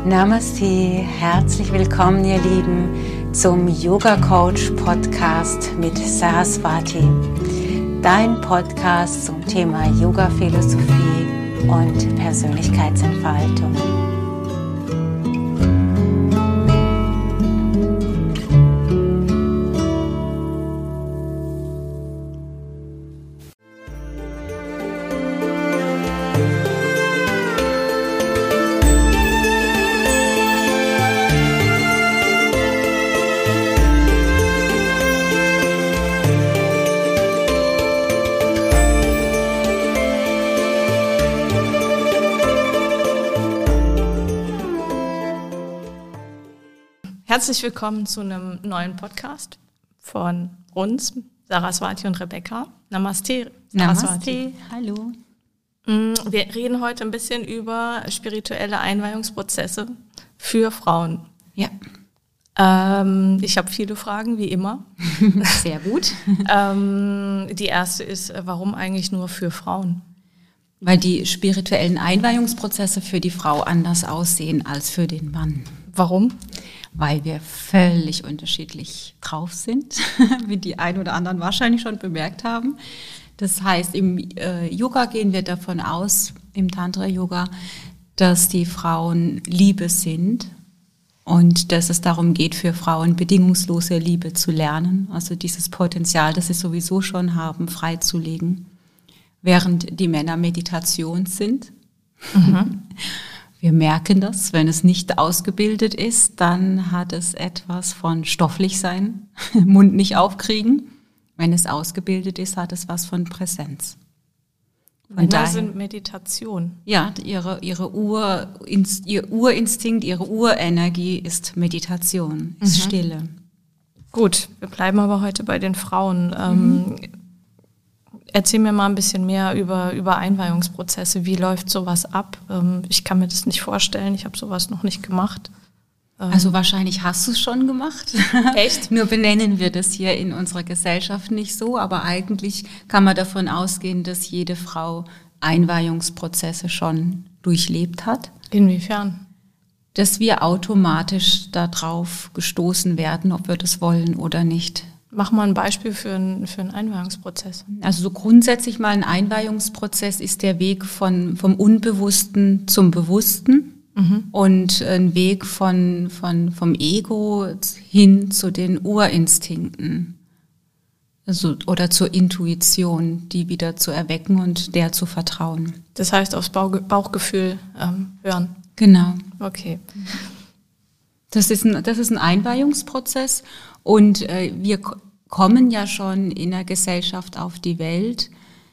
Namaste, herzlich willkommen ihr Lieben zum Yoga Coach Podcast mit Saraswati, dein Podcast zum Thema Yoga Philosophie und Persönlichkeitsentfaltung. Herzlich willkommen zu einem neuen Podcast von uns, Saraswati und Rebecca. Namaste, Saraswati. Hallo. Wir reden heute ein bisschen über spirituelle Einweihungsprozesse für Frauen. Ja. Ich habe viele Fragen, wie immer. Sehr gut. Die erste ist, warum eigentlich nur für Frauen? Weil die spirituellen Einweihungsprozesse für die Frau anders aussehen als für den Mann. Warum? Weil wir völlig unterschiedlich drauf sind, wie die einen oder anderen wahrscheinlich schon bemerkt haben. Das heißt, im Yoga gehen wir davon aus, im Tantra-Yoga, dass die Frauen Liebe sind und dass es darum geht, für Frauen bedingungslose Liebe zu lernen, also dieses Potenzial, das sie sowieso schon haben, freizulegen, während die Männer Meditation sind. Mhm. Wir merken das, wenn es nicht ausgebildet ist, dann hat es etwas von stofflich sein, Mund nicht aufkriegen. Wenn es ausgebildet ist, hat es was von Präsenz. Männer sind Meditation. Ja, ihr Urinstinkt, ihre Urenergie ist Meditation, ist Stille. Gut, wir bleiben aber heute bei den Frauen. Erzähl mir mal ein bisschen mehr über Einweihungsprozesse. Wie läuft sowas ab? Ich kann mir das nicht vorstellen. Ich habe sowas noch nicht gemacht. Also wahrscheinlich hast du es schon gemacht. Echt? Nur benennen wir das hier in unserer Gesellschaft nicht so. Aber eigentlich kann man davon ausgehen, dass jede Frau Einweihungsprozesse schon durchlebt hat. Inwiefern? Dass wir automatisch darauf gestoßen werden, ob wir das wollen oder nicht. Mach mal ein Beispiel für einen Einweihungsprozess. Also so grundsätzlich mal ein Einweihungsprozess ist der Weg vom Unbewussten zum Bewussten und ein Weg vom Ego hin zu den Urinstinkten, also, oder zur Intuition, die wieder zu erwecken und der zu vertrauen. Das heißt, aufs Bauchgefühl hören. Genau. Okay. Das ist ein Einweihungsprozess und wir kommen ja schon in einer Gesellschaft auf die Welt,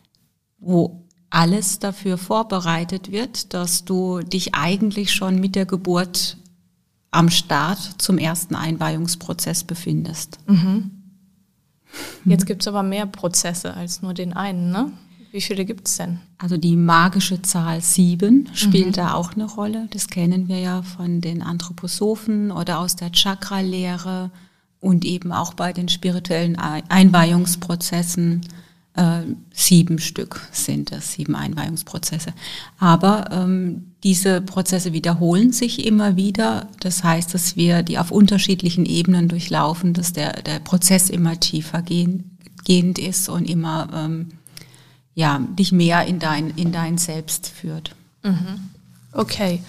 wo alles dafür vorbereitet wird, dass du dich eigentlich schon mit der Geburt am Start zum ersten Einweihungsprozess befindest. Jetzt gibt es aber mehr Prozesse als nur den einen, ne? Wie viele gibt es denn? Also die magische Zahl 7 spielt da auch eine Rolle. Das kennen wir ja von den Anthroposophen oder aus der Chakra-Lehre und eben auch bei den spirituellen Einweihungsprozessen. 7 Stück sind es, 7 Einweihungsprozesse. Aber diese Prozesse wiederholen sich immer wieder. Das heißt, dass wir die auf unterschiedlichen Ebenen durchlaufen, dass der Prozess immer tiefer gehend ist und immer dich mehr in dein Selbst führt. Okay.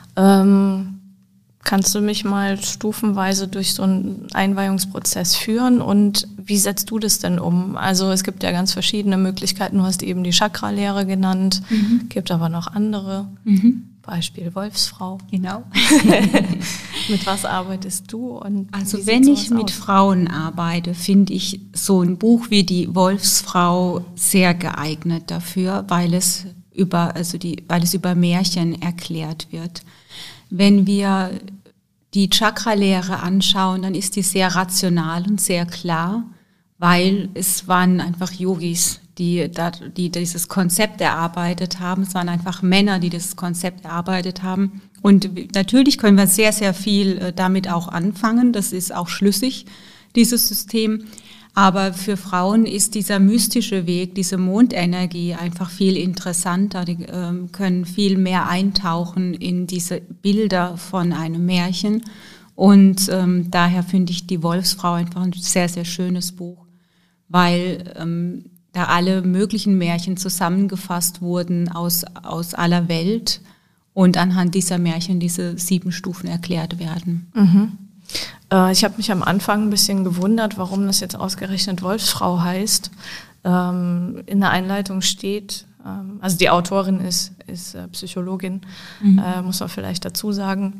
Kannst du mich mal stufenweise durch so einen Einweihungsprozess führen und wie setzt du das denn um? Also es gibt ja ganz verschiedene Möglichkeiten. Du hast eben die Chakra-Lehre genannt, gibt aber noch andere. Beispiel Wolfsfrau. Genau. Mit was arbeitest du? Und also wenn ich mit Frauen arbeite, finde ich so ein Buch wie die Wolfsfrau sehr geeignet dafür, weil es über Märchen erklärt wird. Wenn wir die Chakra-Lehre anschauen, dann ist die sehr rational und sehr klar, weil es waren einfach Yogis, die dieses Konzept erarbeitet haben. Es waren einfach Männer, die das Konzept erarbeitet haben. Und natürlich können wir sehr, sehr viel damit auch anfangen. Das ist auch schlüssig, dieses System. Aber für Frauen ist dieser mystische Weg, diese Mondenergie einfach viel interessanter. Die können viel mehr eintauchen in diese Bilder von einem Märchen. Und daher finde ich die Wolfsfrau einfach ein sehr, sehr schönes Buch, weil da alle möglichen Märchen zusammengefasst wurden aus aller Welt und anhand dieser Märchen diese 7 Stufen erklärt werden. Mhm. Ich habe mich am Anfang ein bisschen gewundert, warum das jetzt ausgerechnet Wolfsfrau heißt. In der Einleitung steht, also die Autorin ist Psychologin, muss man vielleicht dazu sagen.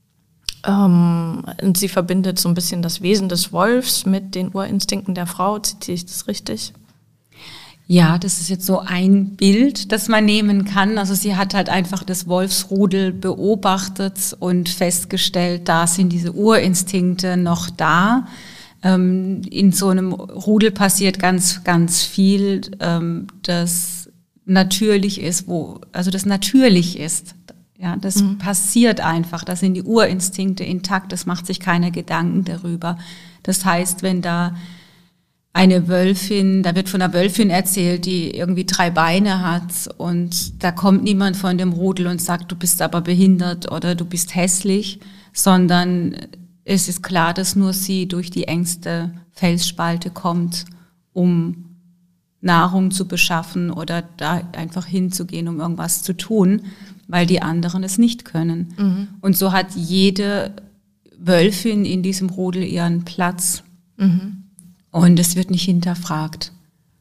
Und sie verbindet so ein bisschen das Wesen des Wolfs mit den Urinstinkten der Frau. Zitiere ich das richtig? Ja, das ist jetzt so ein Bild, das man nehmen kann. Also sie hat halt einfach das Wolfsrudel beobachtet und festgestellt, da sind diese Urinstinkte noch da. In so einem Rudel passiert ganz, ganz viel, das natürlich ist, das natürlich ist. Ja, das passiert einfach. Da sind die Urinstinkte intakt. Das macht sich keiner Gedanken darüber. Das heißt, wenn da eine Wölfin, da wird von einer Wölfin erzählt, die irgendwie 3 Beine hat und da kommt niemand von dem Rudel und sagt, du bist aber behindert oder du bist hässlich, sondern es ist klar, dass nur sie durch die engste Felsspalte kommt, um Nahrung zu beschaffen oder da einfach hinzugehen, um irgendwas zu tun, weil die anderen es nicht können. Mhm. Und so hat jede Wölfin in diesem Rudel ihren Platz. Mhm. Und es wird nicht hinterfragt.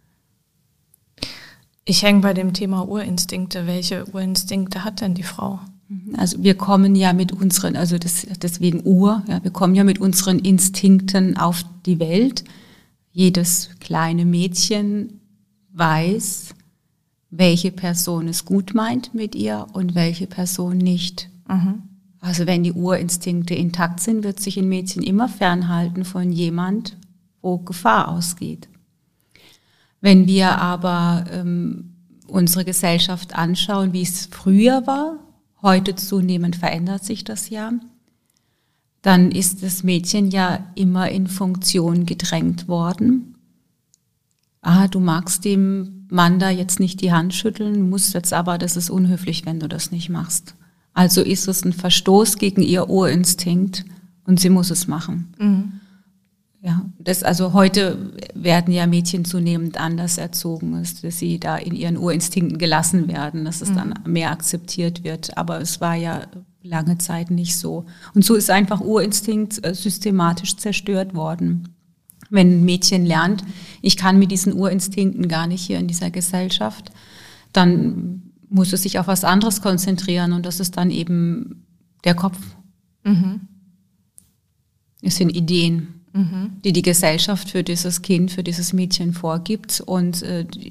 Ich hänge bei dem Thema Urinstinkte. Welche Urinstinkte hat denn die Frau? Also wir kommen ja mit unseren, also deswegen wir kommen ja mit unseren Instinkten auf die Welt. Jedes kleine Mädchen weiß, welche Person es gut meint mit ihr und welche Person nicht. Mhm. Also wenn die Urinstinkte intakt sind, wird sich ein Mädchen immer fernhalten von jemand, wo Gefahr ausgeht. Wenn wir aber unsere Gesellschaft anschauen, wie es früher war, heute zunehmend verändert sich das ja, dann ist das Mädchen ja immer in Funktion gedrängt worden. Du magst dem Mann da jetzt nicht die Hand schütteln, musst jetzt aber, das ist unhöflich, wenn du das nicht machst. Also ist es ein Verstoß gegen ihr Urinstinkt und sie muss es machen. Mhm. Ja, also heute werden ja Mädchen zunehmend anders erzogen, dass sie da in ihren Urinstinkten gelassen werden, dass es dann mehr akzeptiert wird. Aber es war ja lange Zeit nicht so. Und so ist einfach Urinstinkt systematisch zerstört worden. Wenn ein Mädchen lernt, ich kann mit diesen Urinstinkten gar nicht hier in dieser Gesellschaft, dann muss es sich auf was anderes konzentrieren und das ist dann eben der Kopf. Mhm. Es sind Ideen, die Gesellschaft für dieses Kind, für dieses Mädchen vorgibt und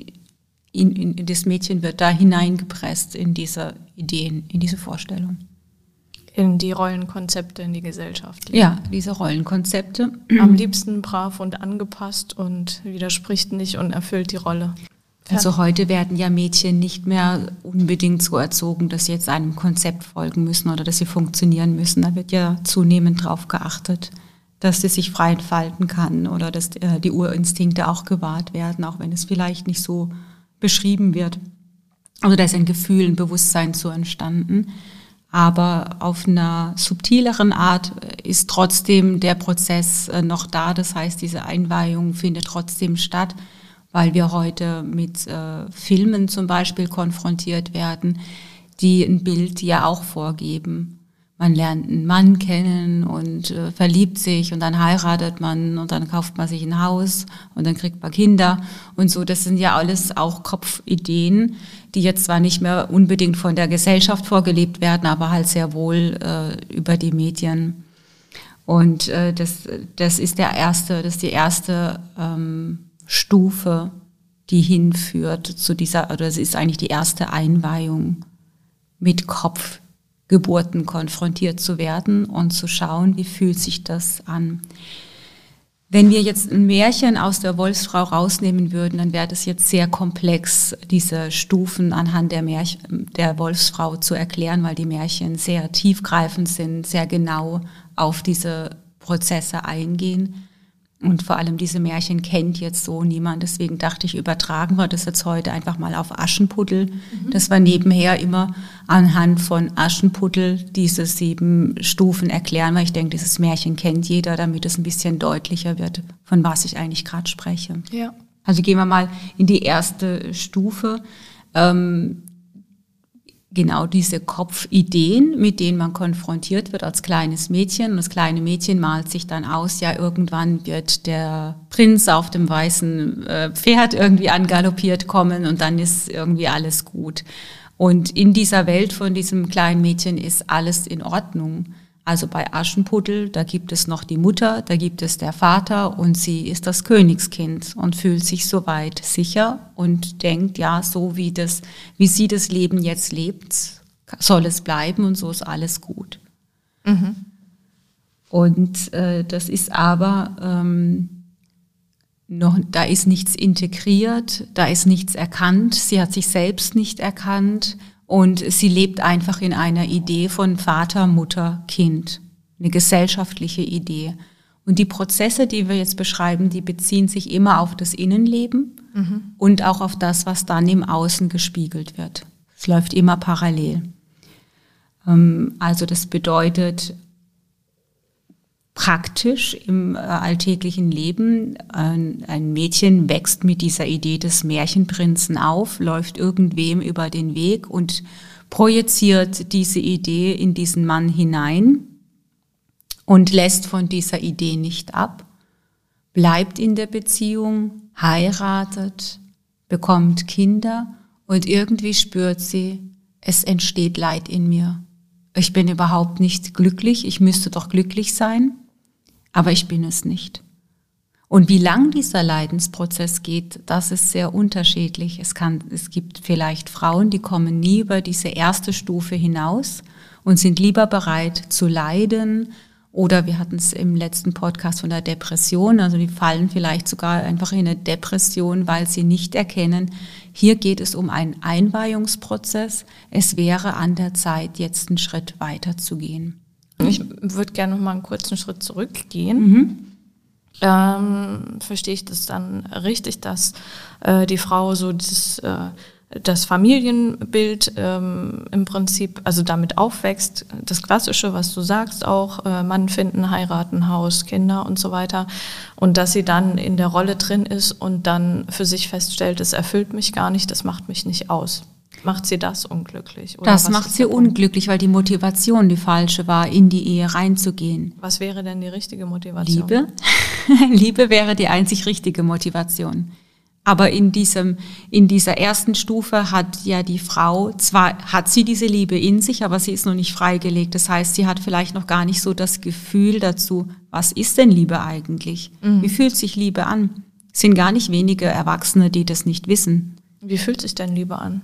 in das Mädchen wird da hineingepresst in diese Ideen, in diese Vorstellung. In die Rollenkonzepte in die Gesellschaft. Ja, diese Rollenkonzepte. Am liebsten brav und angepasst und widerspricht nicht und erfüllt die Rolle. Also heute werden ja Mädchen nicht mehr unbedingt so erzogen, dass sie jetzt einem Konzept folgen müssen oder dass sie funktionieren müssen. Da wird ja zunehmend drauf geachtet, dass sie sich frei entfalten kann oder dass die Urinstinkte auch gewahrt werden, auch wenn es vielleicht nicht so beschrieben wird. Also da ist ein Gefühl, ein Bewusstsein so entstanden. Aber auf einer subtileren Art ist trotzdem der Prozess noch da. Das heißt, diese Einweihung findet trotzdem statt, weil wir heute mit Filmen zum Beispiel konfrontiert werden, die ein Bild ja auch vorgeben. Man lernt einen Mann kennen und verliebt sich und dann heiratet man und dann kauft man sich ein Haus und dann kriegt man Kinder und so. Das sind ja alles auch Kopfideen, die jetzt zwar nicht mehr unbedingt von der Gesellschaft vorgelebt werden, aber halt sehr wohl über die Medien. Und das ist die erste Stufe, die hinführt zu dieser, oder das ist eigentlich die erste Einweihung mit Kopfgeburten konfrontiert zu werden und zu schauen, wie fühlt sich das an. Wenn wir jetzt ein Märchen aus der Wolfsfrau rausnehmen würden, dann wäre das jetzt sehr komplex, diese Stufen anhand der Wolfsfrau zu erklären, weil die Märchen sehr tiefgreifend sind, sehr genau auf diese Prozesse eingehen. Und vor allem diese Märchen kennt jetzt so niemand. Deswegen dachte ich, übertragen wir das jetzt heute einfach mal auf Aschenputtel, dass wir nebenher immer anhand von Aschenputtel diese 7 Stufen erklären, weil ich denke, dieses Märchen kennt jeder, damit es ein bisschen deutlicher wird, von was ich eigentlich gerade spreche. Ja. Also gehen wir mal in die erste Stufe. Genau diese Kopfideen, mit denen man konfrontiert wird als kleines Mädchen. Und das kleine Mädchen malt sich dann aus, ja, irgendwann wird der Prinz auf dem weißen Pferd irgendwie angaloppiert kommen und dann ist irgendwie alles gut. Und in dieser Welt von diesem kleinen Mädchen ist alles in Ordnung. Also bei Aschenputtel, da gibt es noch die Mutter, da gibt es der Vater und sie ist das Königskind und fühlt sich soweit sicher und denkt, ja, so wie sie das Leben jetzt lebt, soll es bleiben und so ist alles gut. Mhm. Und das ist aber da ist nichts integriert, da ist nichts erkannt, sie hat sich selbst nicht erkannt. Und sie lebt einfach in einer Idee von Vater, Mutter, Kind. Eine gesellschaftliche Idee. Und die Prozesse, die wir jetzt beschreiben, die beziehen sich immer auf das Innenleben und auch auf das, was dann im Außen gespiegelt wird. Es läuft immer parallel. Also das bedeutet praktisch im alltäglichen Leben, ein Mädchen wächst mit dieser Idee des Märchenprinzen auf, läuft irgendwem über den Weg und projiziert diese Idee in diesen Mann hinein und lässt von dieser Idee nicht ab, bleibt in der Beziehung, heiratet, bekommt Kinder und irgendwie spürt sie, es entsteht Leid in mir. Ich bin überhaupt nicht glücklich, ich müsste doch glücklich sein. Aber ich bin es nicht. Und wie lang dieser Leidensprozess geht, das ist sehr unterschiedlich. Es gibt vielleicht Frauen, die kommen nie über diese erste Stufe hinaus und sind lieber bereit zu leiden. Oder wir hatten es im letzten Podcast von der Depression, also die fallen vielleicht sogar einfach in eine Depression, weil sie nicht erkennen, hier geht es um einen Einweihungsprozess. Es wäre an der Zeit, jetzt einen Schritt weiter zu gehen. Ich würde gerne noch mal einen kurzen Schritt zurückgehen. Verstehe ich das dann richtig, dass die Frau so das Familienbild im Prinzip, also damit aufwächst, das Klassische, was du sagst, auch Mann finden, heiraten, Haus, Kinder und so weiter, und dass sie dann in der Rolle drin ist und dann für sich feststellt, es erfüllt mich gar nicht, das macht mich nicht aus. Macht sie das unglücklich? Oder das macht sie unglücklich, weil die Motivation die falsche war, in die Ehe reinzugehen. Was wäre denn die richtige Motivation? Liebe. Liebe wäre die einzig richtige Motivation. Aber in dieser ersten Stufe hat ja die Frau, zwar hat sie diese Liebe in sich, aber sie ist noch nicht freigelegt. Das heißt, sie hat vielleicht noch gar nicht so das Gefühl dazu, was ist denn Liebe eigentlich? Wie fühlt sich Liebe an? Es sind gar nicht wenige Erwachsene, die das nicht wissen. Wie fühlt sich denn Liebe an?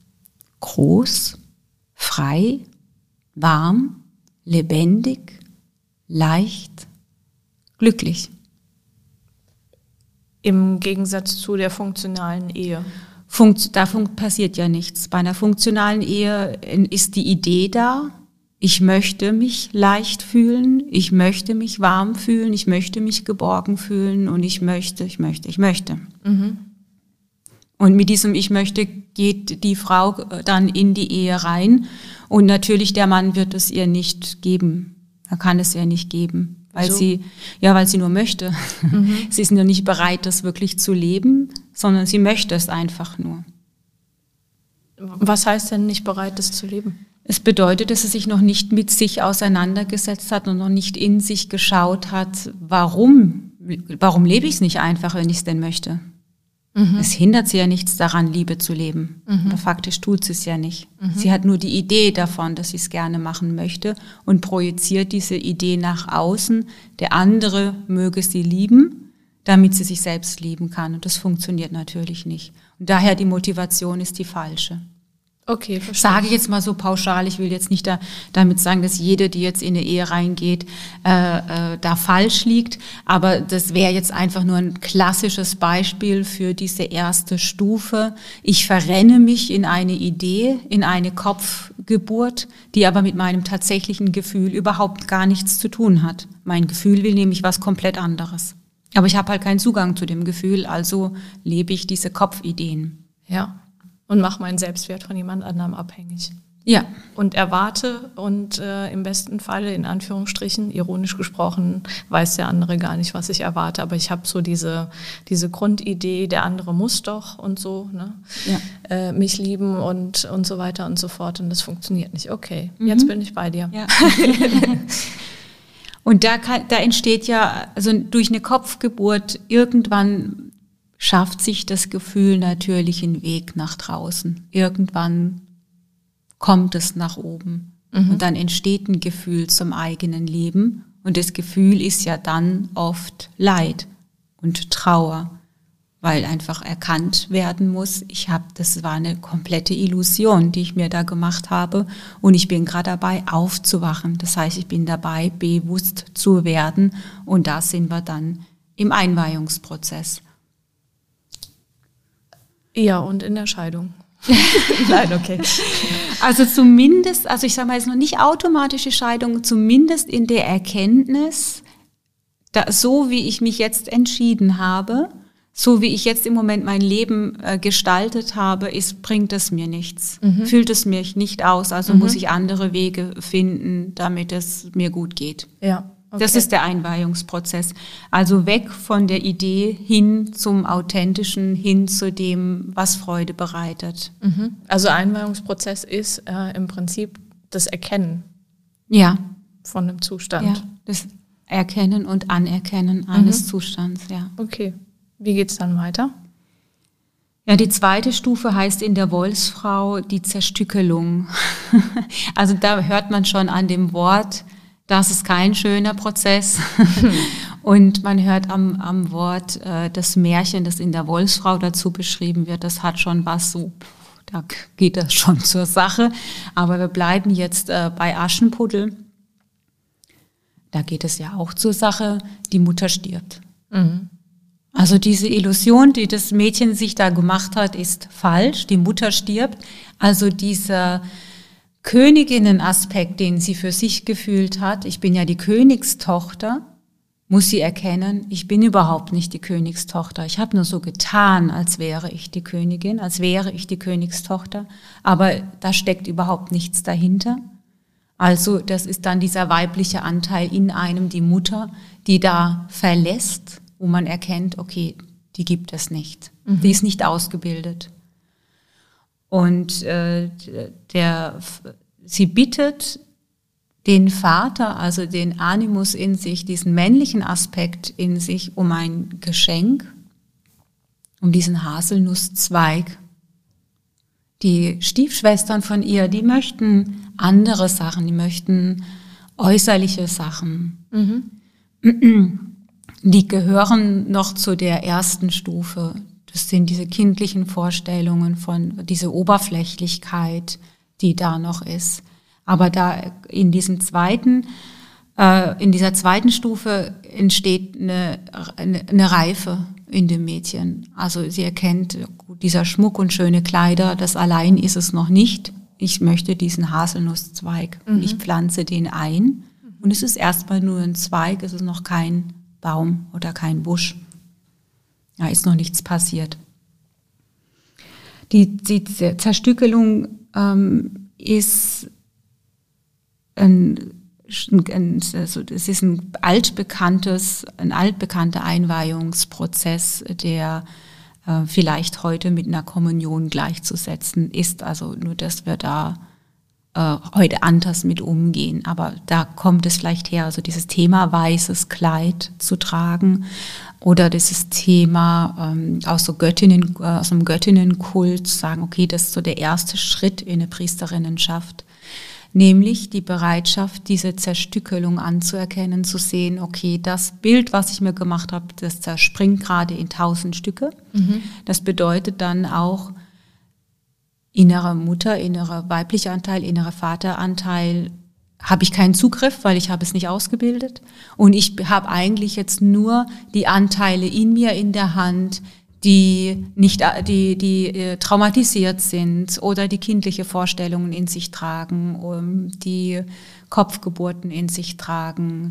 Groß, frei, warm, lebendig, leicht, glücklich. Im Gegensatz zu der funktionalen Ehe. Da passiert ja nichts. Bei einer funktionalen Ehe ist die Idee da, ich möchte mich leicht fühlen, ich möchte mich warm fühlen, ich möchte mich geborgen fühlen und ich möchte. Mhm. Und mit diesem Ich möchte geht die Frau dann in die Ehe rein und natürlich der Mann wird es ihr nicht geben. Er kann es ihr nicht geben, weil sie nur möchte. Mhm. Sie ist nur nicht bereit, das wirklich zu leben, sondern sie möchte es einfach nur. Was heißt denn nicht bereit, das zu leben? Es bedeutet, dass sie sich noch nicht mit sich auseinandergesetzt hat und noch nicht in sich geschaut hat, warum lebe ich es nicht einfach, wenn ich es denn möchte. Mhm. Es hindert sie ja nichts daran, Liebe zu leben. Mhm. Aber faktisch tut sie es ja nicht. Mhm. Sie hat nur die Idee davon, dass sie es gerne machen möchte und projiziert diese Idee nach außen. Der andere möge sie lieben, damit sie sich selbst lieben kann. Und das funktioniert natürlich nicht. Und daher die Motivation ist die falsche. Okay, verstehe. Sage ich jetzt mal so pauschal, ich will jetzt nicht damit sagen, dass jede, die jetzt in eine Ehe reingeht, da falsch liegt, aber das wäre jetzt einfach nur ein klassisches Beispiel für diese erste Stufe. Ich verrenne mich in eine Idee, in eine Kopfgeburt, die aber mit meinem tatsächlichen Gefühl überhaupt gar nichts zu tun hat. Mein Gefühl will nämlich was komplett anderes. Aber ich habe halt keinen Zugang zu dem Gefühl, also lebe ich diese Kopfideen. Ja, und mache meinen Selbstwert von jemand anderem abhängig. Ja. Und erwarte und im besten Falle, in Anführungsstrichen, ironisch gesprochen, weiß der andere gar nicht, was ich erwarte. Aber ich habe so diese Grundidee, der andere muss doch und so, ne? Ja. Mich lieben und so weiter und so fort. Und das funktioniert nicht. Okay, jetzt bin ich bei dir. Ja. Und da entsteht ja, also durch eine Kopfgeburt, irgendwann schafft sich das Gefühl natürlich einen Weg nach draußen. Irgendwann kommt es nach oben. Und dann entsteht ein Gefühl zum eigenen Leben. Und das Gefühl ist ja dann oft Leid und Trauer, weil einfach erkannt werden muss, das war eine komplette Illusion, die ich mir da gemacht habe. Und ich bin gerade dabei, aufzuwachen. Das heißt, ich bin dabei, bewusst zu werden. Und da sind wir dann im Einweihungsprozess. Ja, und in der Scheidung. Nein, okay. Also zumindest, ich sage mal jetzt noch nicht automatische Scheidung, zumindest in der Erkenntnis, so wie ich mich jetzt entschieden habe, so wie ich jetzt im Moment mein Leben gestaltet habe, bringt es mir nichts. Fühlt es mich nicht aus, also muss ich andere Wege finden, damit es mir gut geht. Ja. Okay. Das ist der Einweihungsprozess. Also weg von der Idee hin zum Authentischen, hin zu dem, was Freude bereitet. Also Einweihungsprozess ist im Prinzip das Erkennen von einem Zustand. Ja, das Erkennen und Anerkennen eines Zustands, ja. Okay. Wie geht's dann weiter? Ja, die zweite Stufe heißt in der Wolfsfrau die Zerstückelung. Also da hört man schon an dem Wort, das ist kein schöner Prozess. Und man hört am Wort das Märchen, das in der Wolfsfrau dazu beschrieben wird, das hat schon was so, da geht das schon zur Sache. Aber wir bleiben jetzt bei Aschenputtel. Da geht es ja auch zur Sache, die Mutter stirbt. Also diese Illusion, die das Mädchen sich da gemacht hat, ist falsch. Die Mutter stirbt. Also dieser Königinnenaspekt, den sie für sich gefühlt hat, ich bin ja die Königstochter, muss sie erkennen, ich bin überhaupt nicht die Königstochter. Ich habe nur so getan, als wäre ich die Königin, als wäre ich die Königstochter, aber da steckt überhaupt nichts dahinter. Also das ist dann dieser weibliche Anteil in einem, die Mutter, die da verlässt, wo man erkennt, okay, die gibt es nicht, die ist nicht ausgebildet. Und sie bittet den Vater, also den Animus in sich, diesen männlichen Aspekt in sich, um ein Geschenk, um diesen Haselnusszweig. Die Stiefschwestern von ihr, die möchten andere Sachen, die möchten äußerliche Sachen. Die gehören noch zu der ersten Stufe. Das sind diese kindlichen Vorstellungen von dieser Oberflächlichkeit, die da noch ist. Aber da in dieser zweiten Stufe entsteht eine Reife in dem Mädchen. Also sie erkennt, gut, dieser Schmuck und schöne Kleider, das allein ist es noch nicht. Ich möchte diesen Haselnusszweig und ich pflanze den ein. Und es ist erstmal nur ein Zweig, es ist noch kein Baum oder kein Busch. Da ist noch nichts passiert. Die Zerstückelung ist es ist ein altbekannter Einweihungsprozess, der vielleicht heute mit einer Kommunion gleichzusetzen ist. Also nur, dass wir da heute anders mit umgehen. Aber da kommt es vielleicht her, also dieses Thema weißes Kleid zu tragen oder dieses Thema aus dem Göttinnenkult zu sagen, okay, das ist so der erste Schritt in eine Priesterinnenschaft. Nämlich die Bereitschaft, diese Zerstückelung anzuerkennen, zu sehen, okay, das Bild, was ich mir gemacht habe, das zerspringt gerade in 1000 Stücke. Das bedeutet dann auch, innerer Mutter, innerer weiblicher Anteil, innerer Vateranteil habe ich keinen Zugriff, weil ich habe es nicht ausgebildet. Und ich habe eigentlich jetzt nur die Anteile in mir in der Hand, die traumatisiert sind oder die kindliche Vorstellungen in sich tragen, die Kopfgeburten in sich tragen.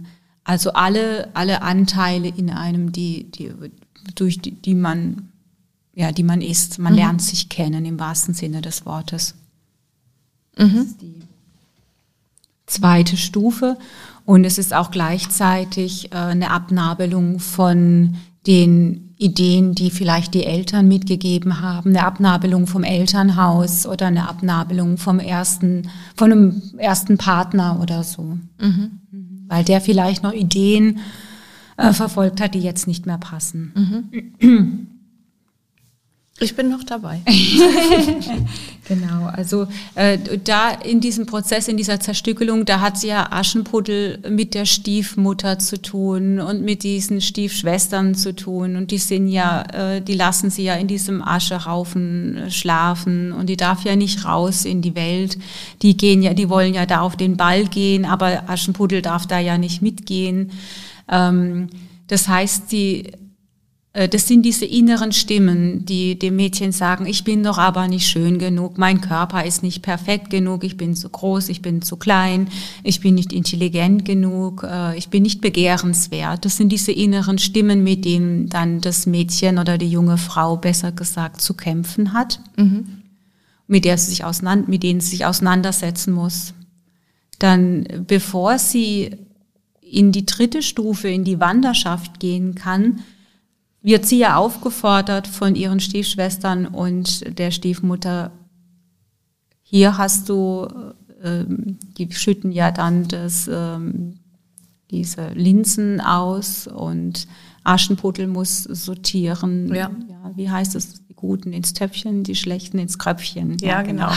Also alle Anteile in einem, die man ist. Man lernt sich kennen im wahrsten Sinne des Wortes. Das ist die zweite Stufe. Und es ist auch gleichzeitig eine Abnabelung von den Ideen, die vielleicht die Eltern mitgegeben haben, eine Abnabelung vom Elternhaus oder eine Abnabelung von einem ersten Partner oder so. Weil der vielleicht noch Ideen verfolgt hat, die jetzt nicht mehr passen. Ich bin noch dabei. Genau, also da in diesem Prozess, in dieser Zerstückelung, da hat sie ja Aschenputtel mit der Stiefmutter zu tun und mit diesen Stiefschwestern zu tun und die lassen sie ja in diesem Aschehaufen schlafen und die darf ja nicht raus in die Welt. Die wollen ja da auf den Ball gehen, aber Aschenputtel darf da ja nicht mitgehen. Das heißt, das sind diese inneren Stimmen, die dem Mädchen sagen, ich bin doch aber nicht schön genug, mein Körper ist nicht perfekt genug, ich bin zu groß, ich bin zu klein, ich bin nicht intelligent genug, ich bin nicht begehrenswert. Das sind diese inneren Stimmen, mit denen dann das Mädchen oder die junge Frau, besser gesagt, zu kämpfen hat, mit denen sie sich auseinandersetzen muss. Dann, bevor sie in die dritte Stufe, in die Wanderschaft gehen kann, wird sie ja aufgefordert von ihren Stiefschwestern und der Stiefmutter, hier hast du, die schütten ja dann diese Linsen aus und Aschenputtel muss sortieren. Ja, wie heißt es? Die Guten ins Töpfchen, die Schlechten ins Kröpfchen. Ja, genau.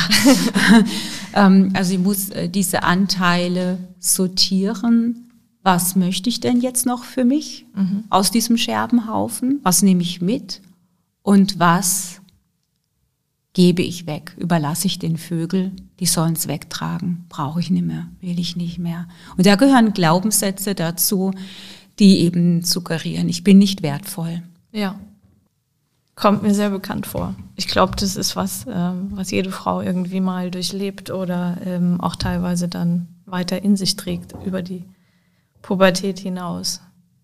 Also sie muss diese Anteile sortieren. Was möchte ich denn jetzt noch für mich aus diesem Scherbenhaufen? Was nehme ich mit? Und was gebe ich weg? Überlasse ich den Vögeln? Die sollen es wegtragen. Brauche ich nicht mehr, will ich nicht mehr. Und da gehören Glaubenssätze dazu, die eben suggerieren, ich bin nicht wertvoll. Ja, kommt mir sehr bekannt vor. Ich glaube, das ist was jede Frau irgendwie mal durchlebt oder auch teilweise dann weiter in sich trägt über die Pubertät hinaus.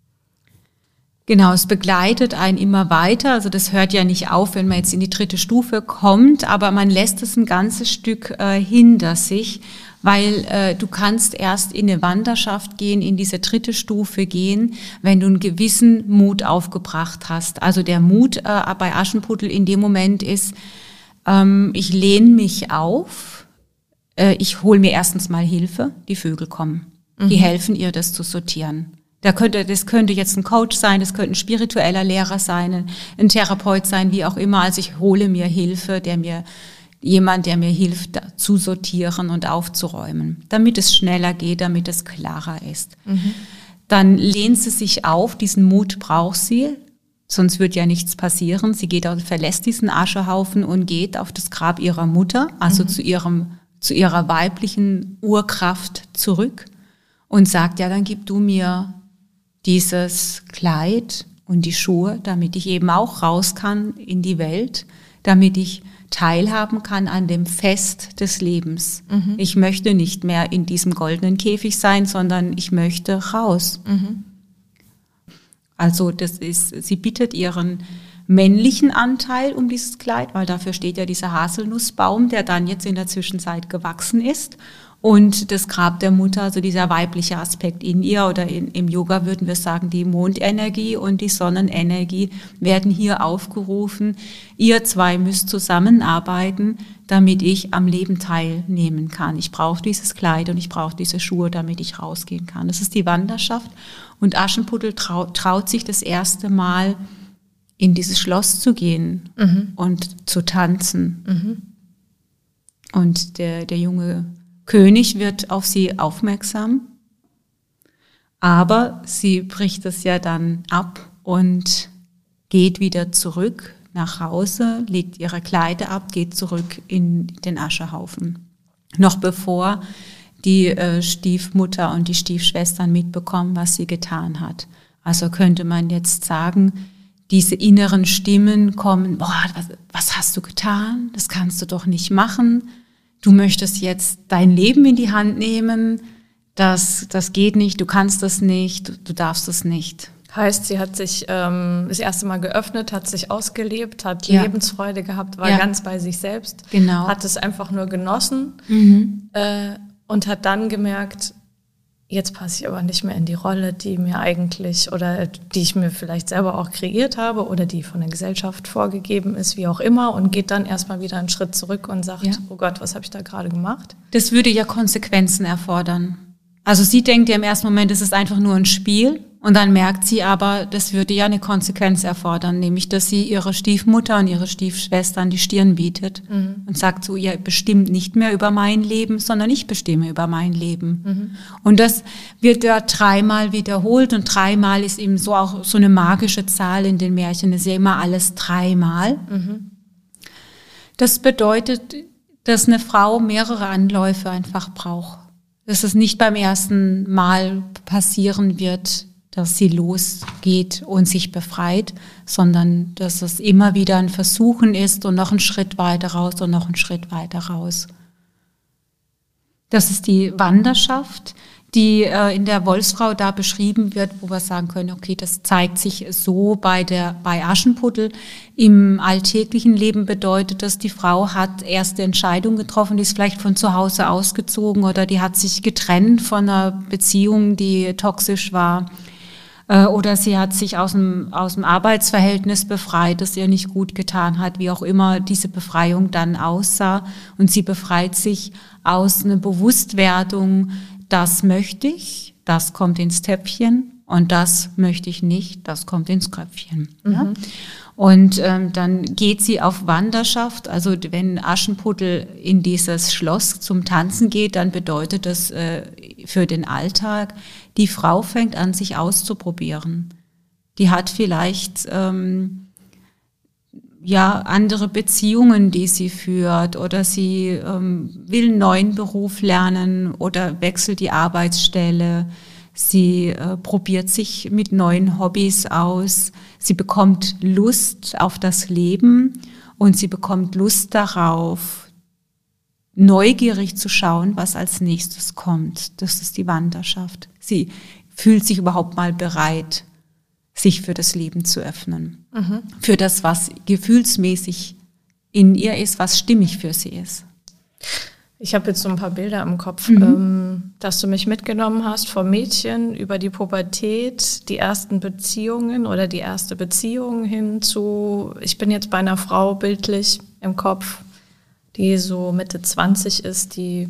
Genau, es begleitet einen immer weiter. Also das hört ja nicht auf, wenn man jetzt in die dritte Stufe kommt, aber man lässt es ein ganzes Stück hinter sich, weil du kannst erst in eine Wanderschaft gehen, in diese dritte Stufe gehen, wenn du einen gewissen Mut aufgebracht hast. Also der Mut bei Aschenputtel in dem Moment ist, ich lehne mich auf, ich hole mir erstens mal Hilfe, die Vögel kommen. Die helfen ihr, das zu sortieren. Das könnte jetzt ein Coach sein, das könnte ein spiritueller Lehrer sein, ein Therapeut sein, wie auch immer. Also ich hole mir Hilfe, der mir hilft, zu sortieren und aufzuräumen, damit es schneller geht, damit es klarer ist. Dann lehnt sie sich auf, diesen Mut braucht sie, sonst wird ja nichts passieren. Sie verlässt diesen Aschehaufen und geht auf das Grab ihrer Mutter, also zu ihrer weiblichen Urkraft zurück. Und sagt, ja, dann gib du mir dieses Kleid und die Schuhe, damit ich eben auch raus kann in die Welt, damit ich teilhaben kann an dem Fest des Lebens. Ich möchte nicht mehr in diesem goldenen Käfig sein, sondern ich möchte raus. Also sie bittet ihren männlichen Anteil um dieses Kleid, weil dafür steht ja dieser Haselnussbaum, der dann jetzt in der Zwischenzeit gewachsen ist. Und das Grab der Mutter, also dieser weibliche Aspekt in ihr oder im Yoga würden wir sagen, die Mondenergie und die Sonnenenergie werden hier aufgerufen. Ihr zwei müsst zusammenarbeiten, damit ich am Leben teilnehmen kann. Ich brauche dieses Kleid und ich brauche diese Schuhe, damit ich rausgehen kann. Das ist die Wanderschaft. Und Aschenputtel traut sich das erste Mal, in dieses Schloss zu gehen und zu tanzen. Und der junge König wird auf sie aufmerksam, aber sie bricht es ja dann ab und geht wieder zurück nach Hause, legt ihre Kleider ab, geht zurück in den Aschehaufen. Noch bevor die Stiefmutter und die Stiefschwestern mitbekommen, was sie getan hat. Also könnte man jetzt sagen, diese inneren Stimmen kommen, was hast du getan? Das kannst du doch nicht machen. Du möchtest jetzt dein Leben in die Hand nehmen, das geht nicht, du kannst das nicht, du darfst das nicht. Heißt, sie hat sich das erste Mal geöffnet, hat sich ausgelebt, hat Lebensfreude gehabt, war ganz bei sich selbst, hat es einfach nur genossen und hat dann gemerkt, jetzt passe ich aber nicht mehr in die Rolle, die mir eigentlich oder die ich mir vielleicht selber auch kreiert habe oder die von der Gesellschaft vorgegeben ist, wie auch immer, und geht dann erstmal wieder einen Schritt zurück und sagt, oh Gott, was habe ich da gerade gemacht? Das würde ja Konsequenzen erfordern. Also sie denkt ja im ersten Moment, es ist einfach nur ein Spiel, und dann merkt sie aber, das würde ja eine Konsequenz erfordern, nämlich, dass sie ihre Stiefmutter und ihre Stiefschwestern die Stirn bietet und sagt so, ihr bestimmt nicht mehr über mein Leben, sondern ich bestimme über mein Leben. Und das wird ja 3-mal wiederholt, und 3-mal ist eben so auch so eine magische Zahl in den Märchen, das ist ja immer alles 3-mal. Das bedeutet, dass eine Frau mehrere Anläufe einfach braucht. Dass es nicht beim ersten Mal passieren wird, dass sie losgeht und sich befreit, sondern dass es immer wieder ein Versuchen ist und noch einen Schritt weiter raus und noch einen Schritt weiter raus. Das ist die Wanderschaft, die in der Wolfsfrau da beschrieben wird, wo wir sagen können, okay, das zeigt sich so bei Aschenputtel. Im alltäglichen Leben bedeutet das, die Frau hat erste Entscheidungen getroffen, die ist vielleicht von zu Hause ausgezogen oder die hat sich getrennt von einer Beziehung, die toxisch war. Oder sie hat sich aus dem Arbeitsverhältnis befreit, das ihr nicht gut getan hat, wie auch immer diese Befreiung dann aussah. Und sie befreit sich aus einer Bewusstwerdung, das möchte ich, das kommt ins Töpfchen, und das möchte ich nicht, das kommt ins Köpfchen. Ja? Und dann geht sie auf Wanderschaft. Also wenn Aschenputtel in dieses Schloss zum Tanzen geht, dann bedeutet das für den Alltag, die Frau fängt an, sich auszuprobieren. Die hat vielleicht andere Beziehungen, die sie führt, oder sie will einen neuen Beruf lernen oder wechselt die Arbeitsstelle. Sie probiert sich mit neuen Hobbys aus. Sie bekommt Lust auf das Leben und sie bekommt Lust darauf, neugierig zu schauen, was als nächstes kommt. Das ist die Wanderschaft. Sie fühlt sich überhaupt mal bereit, sich für das Leben zu öffnen. Für das, was gefühlsmäßig in ihr ist, was stimmig für sie ist. Ich habe jetzt so ein paar Bilder im Kopf, dass du mich mitgenommen hast vom Mädchen über die Pubertät, die ersten Beziehungen oder die erste Beziehung hin zu, ich bin jetzt bei einer Frau bildlich im Kopf, die so Mitte 20 ist, die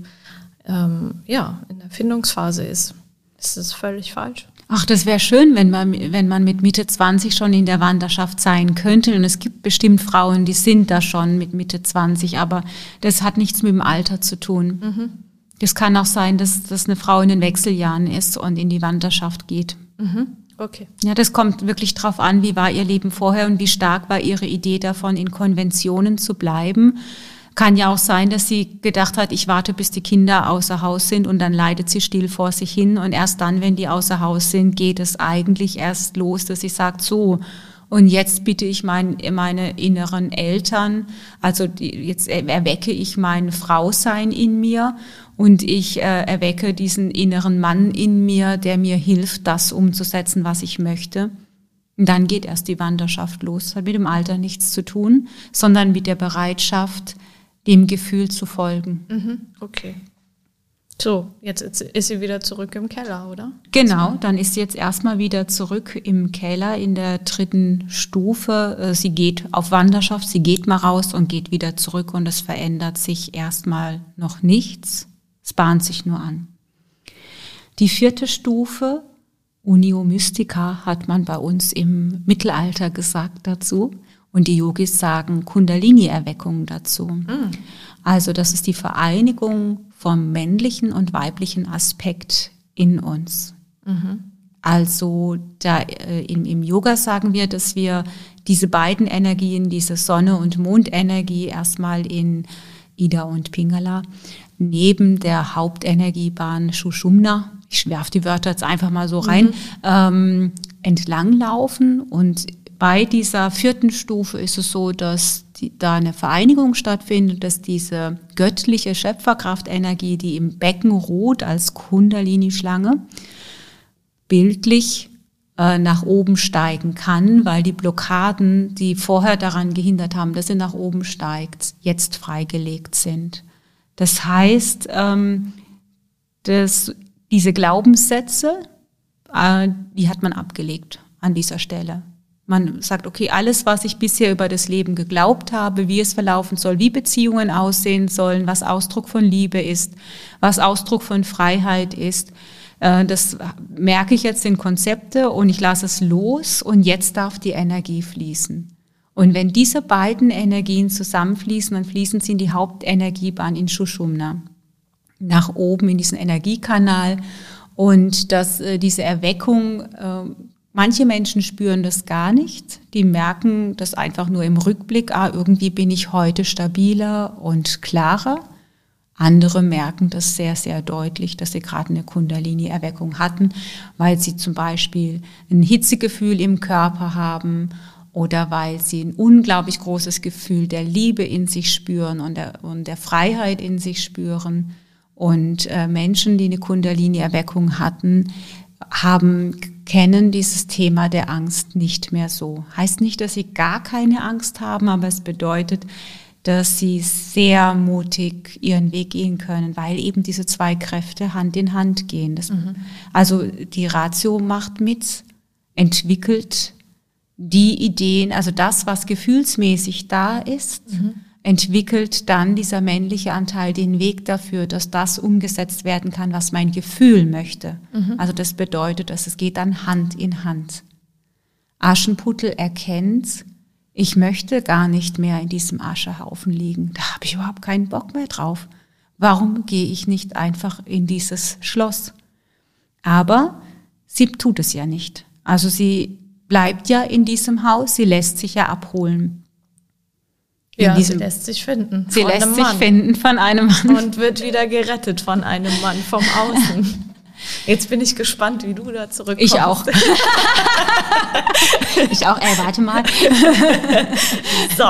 in der Findungsphase ist. Ist das völlig falsch? Ach, das wäre schön, wenn man mit Mitte 20 schon in der Wanderschaft sein könnte. Und es gibt bestimmt Frauen, die sind da schon mit Mitte 20, aber das hat nichts mit dem Alter zu tun. Das kann auch sein, dass eine Frau in den Wechseljahren ist und in die Wanderschaft geht. Okay. Ja, das kommt wirklich drauf an, wie war ihr Leben vorher und wie stark war ihre Idee davon, in Konventionen zu bleiben. Kann ja auch sein, dass sie gedacht hat, ich warte, bis die Kinder außer Haus sind, und dann leidet sie still vor sich hin, und erst dann, wenn die außer Haus sind, geht es eigentlich erst los, dass sie sagt, so, und jetzt bitte ich meine inneren Eltern, also jetzt erwecke ich mein Frausein in mir, und ich erwecke diesen inneren Mann in mir, der mir hilft, das umzusetzen, was ich möchte. Und dann geht erst die Wanderschaft los. Das hat mit dem Alter nichts zu tun, sondern mit der Bereitschaft, dem Gefühl zu folgen. Okay. So, jetzt ist sie wieder zurück im Keller, oder? Genau, dann ist sie jetzt erstmal wieder zurück im Keller in der 3. Stufe. Sie geht auf Wanderschaft, sie geht mal raus und geht wieder zurück, und es verändert sich erstmal noch nichts. Es bahnt sich nur an. Die 4. Stufe, Unio Mystica, hat man bei uns im Mittelalter gesagt dazu. Und die Yogis sagen Kundalini-Erweckung dazu. Also das ist die Vereinigung vom männlichen und weiblichen Aspekt in uns. Also im Yoga sagen wir, dass wir diese beiden Energien, diese Sonne- und Mondenergie, erstmal in Ida und Pingala, neben der Hauptenergiebahn Sushumna, ich werfe die Wörter jetzt einfach mal so rein, entlanglaufen. Und bei dieser 4. Stufe ist es so, dass da eine Vereinigung stattfindet, dass diese göttliche Schöpferkraftenergie, die im Becken ruht als Kundalini-Schlange, bildlich nach oben steigen kann, weil die Blockaden, die vorher daran gehindert haben, dass sie nach oben steigt, jetzt freigelegt sind. Das heißt, dass diese Glaubenssätze, die hat man abgelegt an dieser Stelle. Man sagt, okay, alles, was ich bisher über das Leben geglaubt habe, wie es verlaufen soll, wie Beziehungen aussehen sollen, was Ausdruck von Liebe ist, was Ausdruck von Freiheit ist, das merke ich jetzt in Konzepte und ich lasse es los und jetzt darf die Energie fließen. Und wenn diese beiden Energien zusammenfließen, dann fließen sie in die Hauptenergiebahn in Sushumna, nach oben in diesen Energiekanal. Und diese Erweckung, manche Menschen spüren das gar nicht, die merken das einfach nur im Rückblick, irgendwie bin ich heute stabiler und klarer. Andere merken das sehr, sehr deutlich, dass sie gerade eine Kundalini-Erweckung hatten, weil sie zum Beispiel ein Hitzegefühl im Körper haben oder weil sie ein unglaublich großes Gefühl der Liebe in sich spüren und der Freiheit in sich spüren. Und Menschen, die eine Kundalini-Erweckung hatten, kennen dieses Thema der Angst nicht mehr so. Heißt nicht, dass sie gar keine Angst haben, aber es bedeutet, dass sie sehr mutig ihren Weg gehen können, weil eben diese zwei Kräfte Hand in Hand gehen. Also die Ratio macht mit, entwickelt die Ideen, also das, was gefühlsmäßig da ist, entwickelt dann dieser männliche Anteil den Weg dafür, dass das umgesetzt werden kann, was mein Gefühl möchte. Also das bedeutet, dass es geht dann Hand in Hand. Aschenputtel erkennt, ich möchte gar nicht mehr in diesem Aschehaufen liegen. Da habe ich überhaupt keinen Bock mehr drauf. Warum gehe ich nicht einfach in dieses Schloss? Aber sie tut es ja nicht. Also sie bleibt ja in diesem Haus, sie lässt sich ja abholen. Ja, sie lässt sich finden. Sie lässt sich finden von einem Mann. Und wird wieder gerettet von einem Mann vom Außen. Jetzt bin ich gespannt, wie du da zurückkommst. Ich auch. Warte mal. So.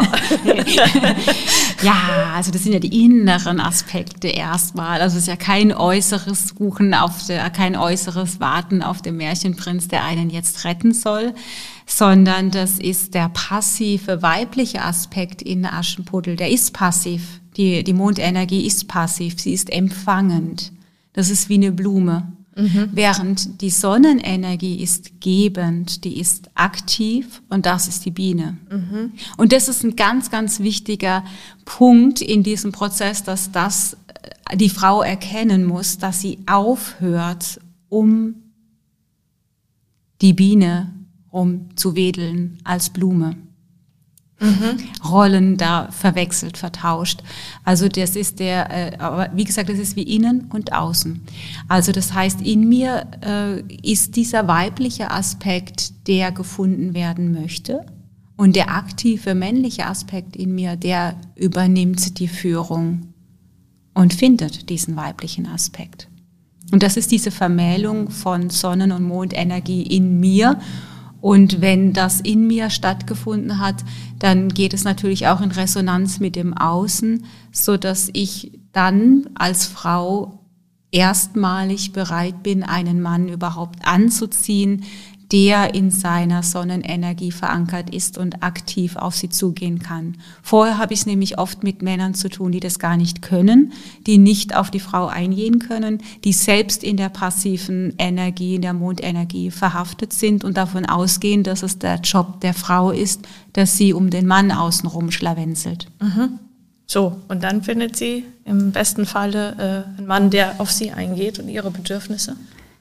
Ja, also das sind ja die inneren Aspekte erstmal. Also es ist ja kein äußeres Suchen kein äußeres Warten auf den Märchenprinz, der einen jetzt retten soll, sondern das ist der passive weibliche Aspekt in Aschenputtel. Der ist passiv. Die Mondenergie ist passiv. Sie ist empfangend. Das ist wie eine Blume. Während die Sonnenenergie ist gebend, die ist aktiv und das ist die Biene. Und das ist ein ganz, ganz wichtiger Punkt in diesem Prozess, dass die Frau erkennen muss, dass sie aufhört, um die Biene rumzuwedeln als Blume. Rollen da verwechselt, vertauscht. Also das ist aber wie gesagt, das ist wie innen und außen. Also das heißt, in mir ist dieser weibliche Aspekt, der gefunden werden möchte, und der aktive männliche Aspekt in mir, der übernimmt die Führung und findet diesen weiblichen Aspekt. Und das ist diese Vermählung von Sonnen- und Mondenergie in mir. Und wenn das in mir stattgefunden hat, dann geht es natürlich auch in Resonanz mit dem Außen, so dass ich dann als Frau erstmalig bereit bin, einen Mann überhaupt anzuziehen, der in seiner Sonnenenergie verankert ist und aktiv auf sie zugehen kann. Vorher habe ich es nämlich oft mit Männern zu tun, die das gar nicht können, die nicht auf die Frau eingehen können, die selbst in der passiven Energie, in der Mondenergie verhaftet sind und davon ausgehen, dass es der Job der Frau ist, dass sie um den Mann außenrum schlawenzelt. So, und dann findet sie im besten Falle einen Mann, der auf sie eingeht und ihre Bedürfnisse?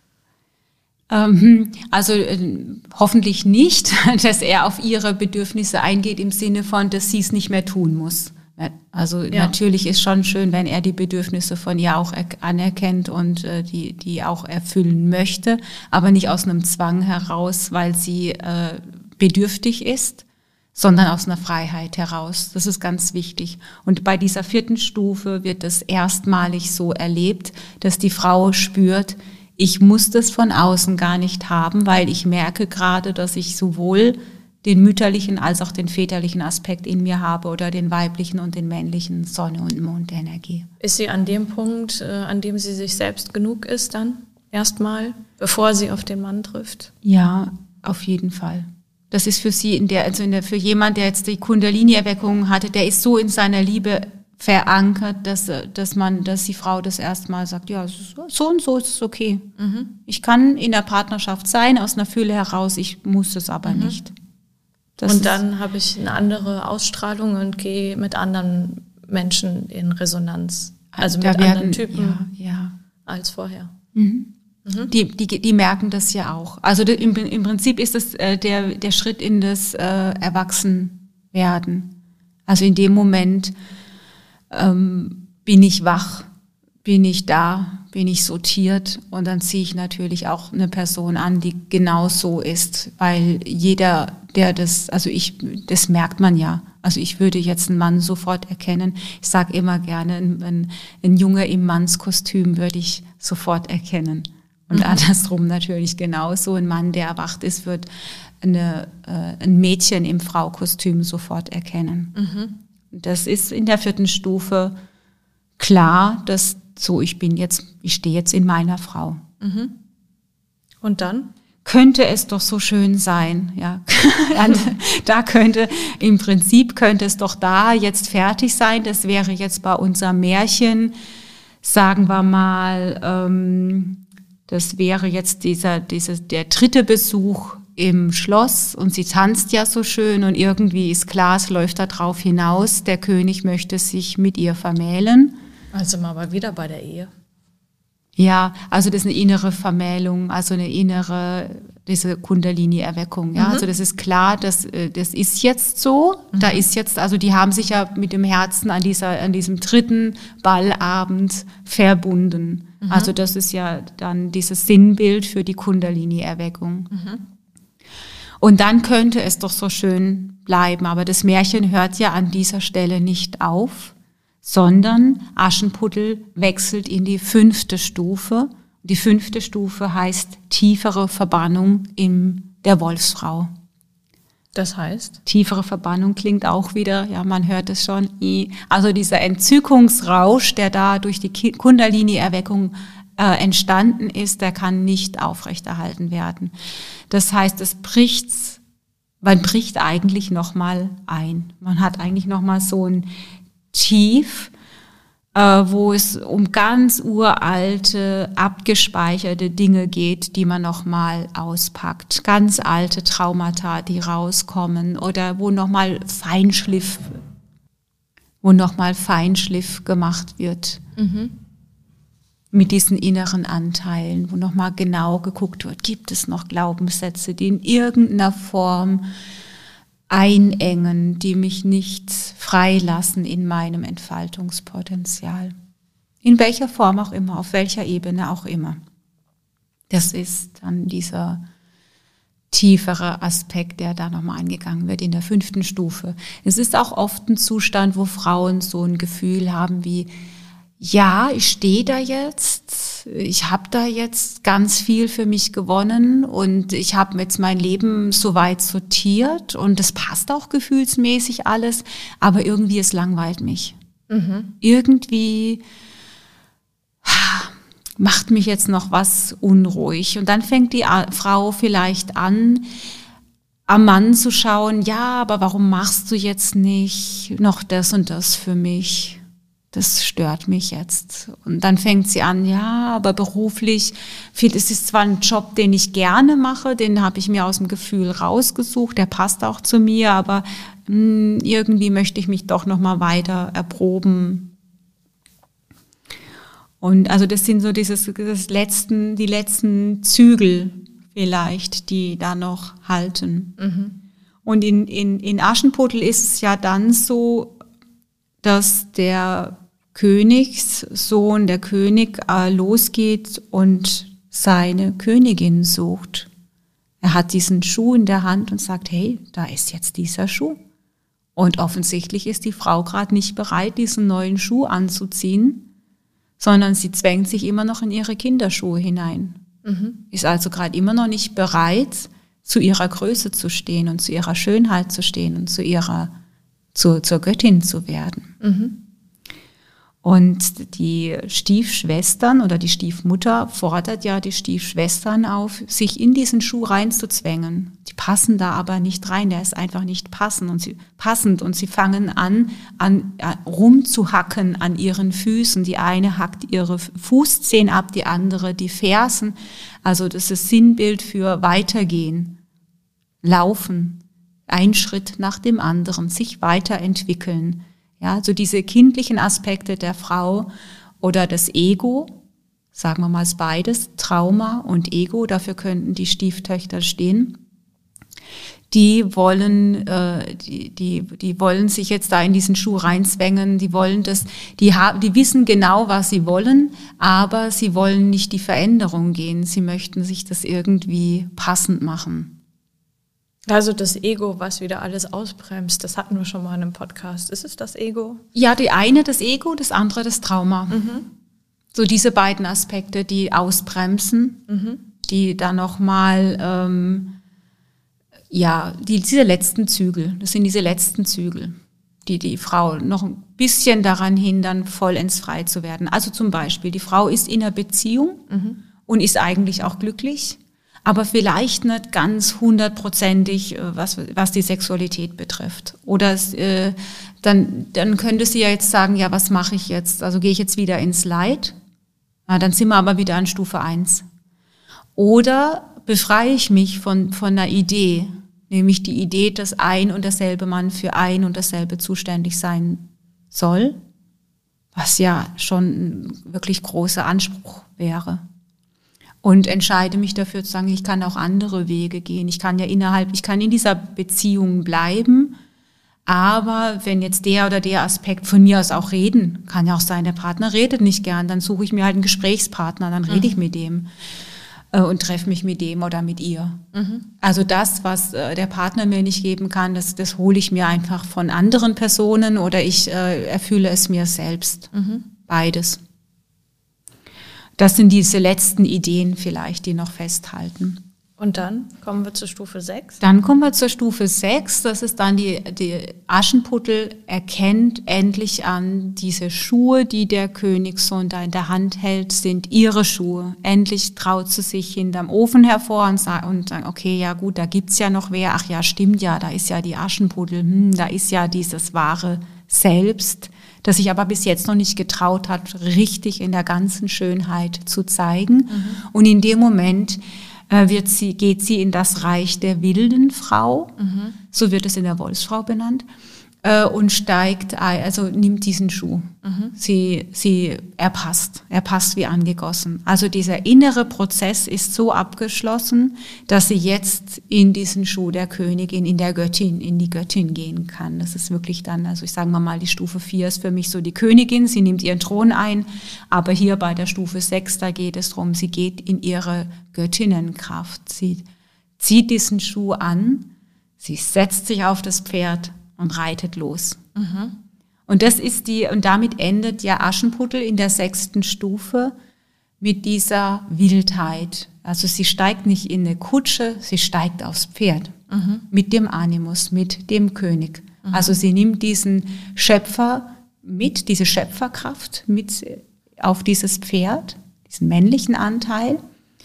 Also hoffentlich nicht, dass er auf ihre Bedürfnisse eingeht im Sinne von, dass sie es nicht mehr tun muss. Also natürlich ist schon schön, wenn er die Bedürfnisse von ihr auch anerkennt und die auch erfüllen möchte, aber nicht aus einem Zwang heraus, weil sie bedürftig ist, sondern aus einer Freiheit heraus. Das ist ganz wichtig. Und bei dieser 4. Stufe wird es erstmalig so erlebt, dass die Frau spürt, ich muss das von außen gar nicht haben, weil ich merke gerade, dass ich sowohl den mütterlichen als auch den väterlichen Aspekt in mir habe oder den weiblichen und den männlichen Sonne- und Mondenergie. Ist sie an dem Punkt, an dem sie sich selbst genug ist dann erstmal, bevor sie auf den Mann trifft? Ja, auf jeden Fall. Das ist für sie für jemand, der jetzt die Kundalini-Erweckung hatte, der ist so in seiner Liebe verankert, dass die Frau das erstmal sagt, ja, so und so ist es okay. Ich kann in der Partnerschaft sein, aus einer Fülle heraus, ich muss es aber nicht. Und dann habe ich eine andere Ausstrahlung und gehe mit anderen Menschen in Resonanz. Also mit anderen Typen als vorher. Die merken das ja auch. Also im Prinzip ist das der Schritt in das Erwachsenwerden. Also in dem Moment bin ich wach, bin ich da, bin ich sortiert und dann ziehe ich natürlich auch eine Person an, die genau so ist, weil jeder, das merkt man ja. Also ich würde jetzt einen Mann sofort erkennen. Ich sage immer gerne, ein Junge im Mannskostüm würde ich sofort erkennen. Und andersrum natürlich genauso. Ein Mann, der erwacht ist, wird ein Mädchen im Fraukostüm sofort erkennen. Das ist in der 4. Stufe klar, dass ich stehe jetzt in meiner Frau. Und dann? Könnte es doch so schön sein, ja. Im Prinzip könnte es doch da jetzt fertig sein. Das wäre jetzt bei unserem Märchen, sagen wir mal, das wäre jetzt der 3. Besuch im Schloss und sie tanzt ja so schön und irgendwie ist klar, es läuft da drauf hinaus, der König möchte sich mit ihr vermählen. Also mal aber wieder bei der Ehe. Ja, also das ist eine innere Vermählung, also diese Kundalini-Erweckung. Ja, also das ist klar, das ist jetzt so. Da ist jetzt, also die haben sich ja mit dem Herzen an diesem 3. Ballabend verbunden. Also das ist ja dann dieses Sinnbild für die Kundalini-Erweckung. Und dann könnte es doch so schön bleiben. Aber das Märchen hört ja an dieser Stelle nicht auf, sondern Aschenputtel wechselt in die 5. Stufe. Die 5. Stufe heißt tiefere Verbannung in der Wolfsfrau. Das heißt? Tiefere Verbannung klingt auch wieder, ja, man hört es schon. Also dieser Entzückungsrausch, der da durch die Kundalini-Erweckung entstanden ist, der kann nicht aufrechterhalten werden. Das heißt, man bricht eigentlich nochmal ein. Man hat eigentlich nochmal so ein Tief, wo es um ganz uralte, abgespeicherte Dinge geht, die man nochmal auspackt. Ganz alte Traumata, die rauskommen oder wo nochmal Feinschliff gemacht wird. Mit diesen inneren Anteilen, wo nochmal genau geguckt wird, gibt es noch Glaubenssätze, die in irgendeiner Form einengen, die mich nicht freilassen in meinem Entfaltungspotenzial. In welcher Form auch immer, auf welcher Ebene auch immer. Das ist dann dieser tiefere Aspekt, der da nochmal eingegangen wird in der 5. Stufe. Es ist auch oft ein Zustand, wo Frauen so ein Gefühl haben wie, ja, ich stehe da jetzt, ich habe da jetzt ganz viel für mich gewonnen und ich habe jetzt mein Leben soweit sortiert und es passt auch gefühlsmäßig alles, aber irgendwie es langweilt mich. Irgendwie macht mich jetzt noch was unruhig und dann fängt die Frau vielleicht an, am Mann zu schauen, ja, aber warum machst du jetzt nicht noch das und das für mich? Das stört mich jetzt. Und dann fängt sie an, ja, aber beruflich, es ist zwar ein Job, den ich gerne mache, den habe ich mir aus dem Gefühl rausgesucht, der passt auch zu mir, aber irgendwie möchte ich mich doch noch mal weiter erproben. Und also das sind so die letzten Zügel vielleicht, die da noch halten. Und in Aschenputtel ist es ja dann so, dass der Königssohn, der König, losgeht und seine Königin sucht. Er hat diesen Schuh in der Hand und sagt, hey, da ist jetzt dieser Schuh. Und offensichtlich ist die Frau gerade nicht bereit, diesen neuen Schuh anzuziehen, sondern sie zwängt sich immer noch in ihre Kinderschuhe hinein. Ist also gerade immer noch nicht bereit, zu ihrer Größe zu stehen und zu ihrer Schönheit zu stehen und zur Göttin zu werden. Mhm. Und die Stiefschwestern oder die Stiefmutter fordert ja die Stiefschwestern auf, sich in diesen Schuh reinzuzwängen. Die passen da aber nicht rein, der ist einfach nicht passend und sie fangen an rumzuhacken an ihren Füßen. Die eine hackt ihre Fußzehen ab, die andere die Fersen. Also das ist Sinnbild für Weitergehen, Laufen, ein Schritt nach dem anderen, sich weiterentwickeln. Ja, so diese kindlichen Aspekte der Frau oder das Ego, sagen wir mal beides, Trauma und Ego, dafür könnten die Stieftöchter stehen. Die wollen sich jetzt da in diesen Schuh reinzwängen, die wissen genau, was sie wollen, aber sie wollen nicht die Veränderung gehen, sie möchten sich das irgendwie passend machen. Also das Ego, was wieder alles ausbremst, das hatten wir schon mal in einem Podcast. Ist es das Ego? Ja, die eine das Ego, das andere das Trauma. Mhm. So diese beiden Aspekte, die ausbremsen, die dann nochmal, diese letzten Zügel, das sind diese letzten Zügel, die Frau noch ein bisschen daran hindern, vollends frei zu werden. Also zum Beispiel, die Frau ist in einer Beziehung und ist eigentlich auch glücklich, aber vielleicht nicht ganz 100%ig, was die Sexualität betrifft. Oder dann könnte sie ja jetzt sagen, ja, was mache ich jetzt? Also gehe ich jetzt wieder ins Leid? Na, dann sind wir aber wieder an Stufe 1. Oder befreie ich mich von einer Idee, nämlich die Idee, dass ein und derselbe Mann für ein und dasselbe zuständig sein soll, was ja schon ein wirklich großer Anspruch wäre. Und entscheide mich dafür zu sagen, ich kann auch andere Wege gehen. Ich kann in dieser Beziehung bleiben, aber wenn jetzt der oder der Aspekt von mir aus auch reden, kann ja auch sein, der Partner redet nicht gern, dann suche ich mir halt einen Gesprächspartner, dann rede ich mit dem und treffe mich mit dem oder mit ihr. Also das, was der Partner mir nicht geben kann, das hole ich mir einfach von anderen Personen oder ich erfülle es mir selbst. Beides. Das sind diese letzten Ideen vielleicht, die noch festhalten. Und dann kommen wir zur Stufe 6? Dann kommen wir zur Stufe 6. Das ist dann die Aschenputtel erkennt endlich an, diese Schuhe, die der Königssohn da in der Hand hält, sind ihre Schuhe. Endlich traut sie sich hinterm Ofen hervor und sagt, okay, ja gut, da gibt's ja noch wer. Ach ja, stimmt ja, da ist ja die Aschenputtel. Da ist ja dieses wahre Selbst, das sich aber bis jetzt noch nicht getraut hat, richtig in der ganzen Schönheit zu zeigen. Und in dem Moment geht sie in das Reich der wilden Frau, so wird es in der Wolfsfrau benannt, und nimmt diesen Schuh. Er passt wie angegossen. Also dieser innere Prozess ist so abgeschlossen, dass sie jetzt in diesen Schuh der Königin, in die Göttin gehen kann. Das ist wirklich dann, also ich sage mal, die Stufe 4 ist für mich so die Königin, sie nimmt ihren Thron ein, aber hier bei der Stufe 6, da geht es darum, sie geht in ihre Göttinnenkraft. Sie zieht diesen Schuh an, sie setzt sich auf das Pferd und reitet los. Und damit endet ja Aschenputtel in der 6. Stufe mit dieser Wildheit. Also sie steigt nicht in eine Kutsche, sie steigt aufs Pferd. Mit dem Animus, mit dem König. Also sie nimmt diesen Schöpfer mit, diese Schöpferkraft mit auf dieses Pferd, diesen männlichen Anteil,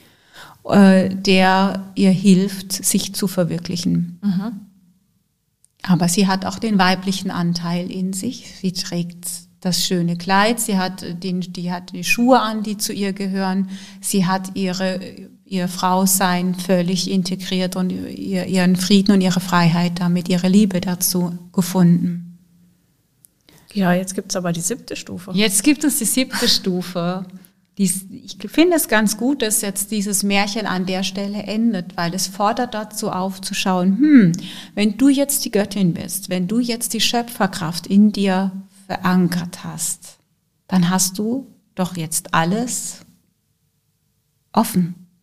der ihr hilft, sich zu verwirklichen. Aber sie hat auch den weiblichen Anteil in sich. Sie trägt das schöne Kleid, sie hat die Schuhe an, die zu ihr gehören. Sie hat ihr Frausein völlig integriert und ihren Frieden und ihre Freiheit damit, ihre Liebe dazu gefunden. Ja, jetzt gibt es aber die 7. Stufe. Jetzt gibt es die 7. Stufe. Ich finde es ganz gut, dass jetzt dieses Märchen an der Stelle endet, weil es fordert dazu aufzuschauen, wenn du jetzt die Göttin bist, wenn du jetzt die Schöpferkraft in dir verankert hast, dann hast du doch jetzt alles offen.